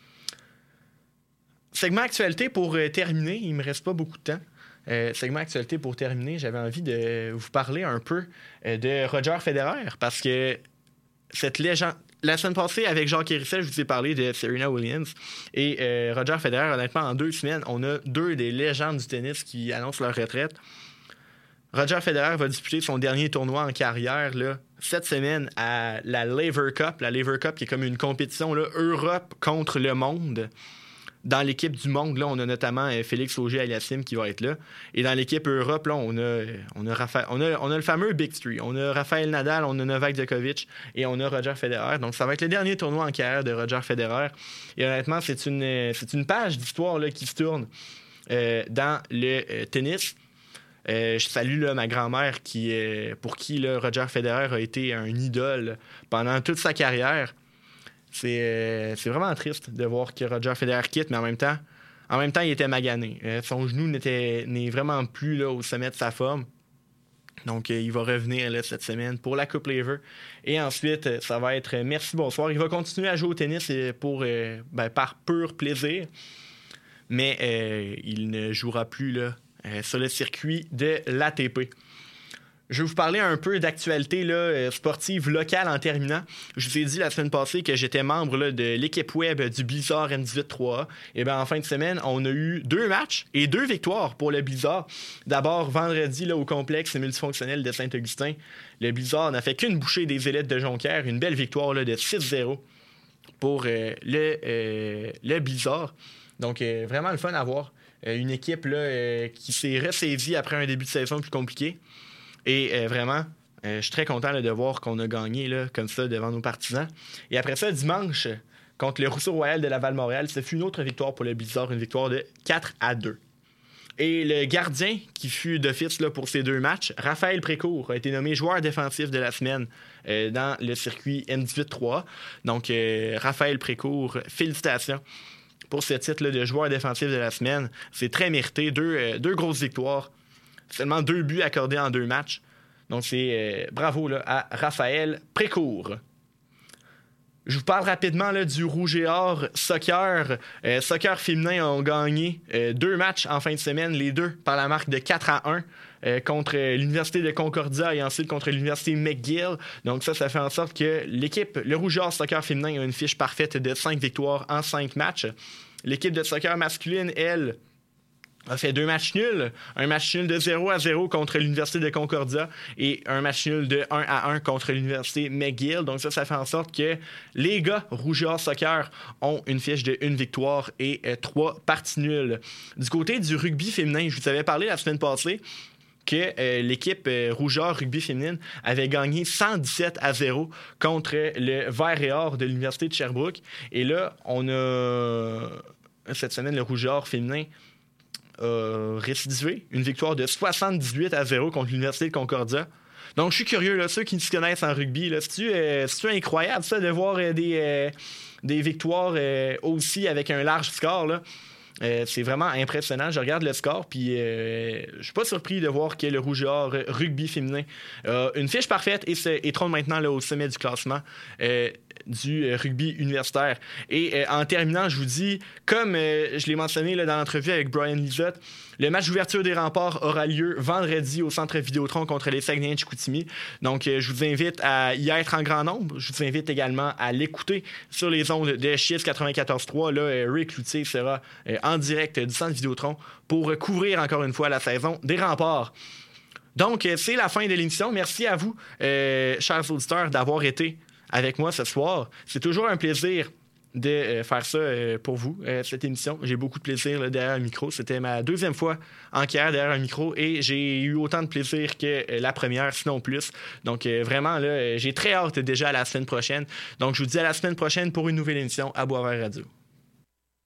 S8: Segment actualité pour euh, terminer. Il ne me reste pas beaucoup de temps. Euh, segment actualité pour terminer. J'avais envie de vous parler un peu euh, de Roger Federer parce que cette légende... La semaine passée, avec Jacques Hérissel, je vous ai parlé de Serena Williams et euh, Roger Federer. Honnêtement, en deux semaines, on a deux des légendes du tennis qui annoncent leur retraite. Roger Federer va disputer son dernier tournoi en carrière là, cette semaine à la Laver Cup. La Laver Cup qui est comme une compétition là, Europe contre le monde. Dans l'équipe du monde, là, on a notamment euh, Félix Auger-Aliassime qui va être là. Et dans l'équipe Europe, là, on a, euh, on, a Rapha- on, a, on a le fameux Big Three. On a Rafael Nadal, on a Novak Djokovic et on a Roger Federer. Donc, ça va être le dernier tournoi en carrière de Roger Federer. Et honnêtement, c'est une, euh, c'est une page d'histoire là, qui se tourne euh, dans le euh, tennis. Euh, je salue là, ma grand-mère qui, euh, pour qui là, Roger Federer a été un idole pendant toute sa carrière. C'est, euh, c'est vraiment triste de voir que Roger Federer quitte, mais en même temps, en même temps il était magané. Euh, son genou n'était, n'est vraiment plus là, au sommet de sa forme. Donc, euh, il va revenir là, cette semaine pour la Coupe Laver. Et ensuite, ça va être merci, bonsoir. Il va continuer à jouer au tennis pour, euh, ben, par pur plaisir, mais euh, il ne jouera plus là, euh, sur le circuit de l'A T P. Je vais vous parler un peu d'actualité là, sportive locale en terminant. Je vous ai dit la semaine passée que j'étais membre là, de l'équipe web du Blizzard M dix-huit trois A. Et bien, en fin de semaine, on a eu deux matchs et deux victoires pour le Blizzard. D'abord, vendredi, là, au complexe multifonctionnel de Saint-Augustin, le Blizzard n'a fait qu'une bouchée des élites de Jonquière. Une belle victoire là, de six zéro pour euh, le, euh, le Blizzard. Donc, euh, vraiment le fun à voir. Euh, une équipe là, euh, qui s'est ressaisie après un début de saison plus compliqué. Et euh, vraiment, euh, je suis très content là, de voir qu'on a gagné là, comme ça devant nos partisans. Et après ça, dimanche, contre le Rousseau Royal de Laval-Montréal, ce fut une autre victoire pour le Blizzard, une victoire de quatre à deux. Et le gardien qui fut d'office là, pour ces deux matchs, Raphaël Précourt, a été nommé joueur défensif de la semaine euh, dans le circuit M dix-huit trois A. Donc, euh, Raphaël Précourt, félicitations pour ce titre là, de joueur défensif de la semaine. C'est très mérité, deux, euh, deux grosses victoires. Seulement deux buts accordés en deux matchs. Donc, c'est euh, bravo là, à Raphaël Précourt. Je vous parle rapidement là, du Rouge et Or Soccer. Euh, soccer féminin ont gagné euh, deux matchs en fin de semaine, les deux par la marque de quatre à un euh, contre l'Université de Concordia et ensuite contre l'Université McGill. Donc ça, ça fait en sorte que l'équipe, le Rouge et Or Soccer féminin a une fiche parfaite de cinq victoires en cinq matchs. L'équipe de soccer masculine, elle, a fait deux matchs nuls. Un match nul de zéro à zéro contre l'Université de Concordia et un match nul de un à un contre l'Université McGill. Donc ça, ça fait en sorte que les gars Rouge et Or Soccer ont une fiche de une victoire et euh, trois parties nulles. Du côté du rugby féminin, je vous avais parlé la semaine passée que euh, l'équipe euh, Rouge et Or rugby féminine avait gagné cent dix-sept à zéro contre le Vert et Or de l'Université de Sherbrooke. Et là, on a... Cette semaine, le Rouge et Or féminin a récidivé. Une victoire de soixante-dix-huit à zéro contre l'Université de Concordia. Donc, je suis curieux, là, ceux qui se connaissent en rugby, là, c'est-tu, euh, c'est-tu incroyable, ça, de voir euh, des, euh, des victoires euh, aussi avec un large score, là? Euh, c'est vraiment impressionnant. Je regarde le score, puis euh, je suis pas surpris de voir que le Rouge et Or rugby féminin a une fiche parfaite et, se, et trône maintenant là, au sommet du classement euh, du rugby universitaire. Et euh, en terminant, je vous dis, comme euh, je l'ai mentionné là, dans l'entrevue avec Brian Lizotte, le match d'ouverture des remparts aura lieu vendredi au Centre Vidéotron contre les Saguenay-Chicoutimi. Donc, euh, je vous invite à y être en grand nombre. Je vous invite également à l'écouter sur les ondes de Chiz quatre-vingt-quatorze trois. Là, euh, Rick Loutier sera euh, en direct du Centre Vidéotron pour couvrir encore une fois la saison des remparts. Donc, euh, c'est la fin de l'émission. Merci à vous, euh, chers auditeurs, d'avoir été avec moi ce soir. C'est toujours un plaisir de euh, faire ça euh, pour vous, euh, cette émission. J'ai beaucoup de plaisir là, derrière un micro. C'était ma deuxième fois en carrière derrière un micro et j'ai eu autant de plaisir que euh, la première, sinon plus. Donc euh, vraiment, là, euh, j'ai très hâte déjà à la semaine prochaine. Donc je vous dis à la semaine prochaine pour une nouvelle émission à Boisvert Radio.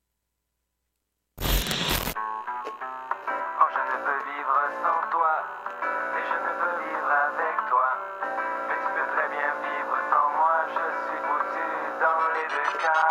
S13: Oh, je ne peux vivre sans toi.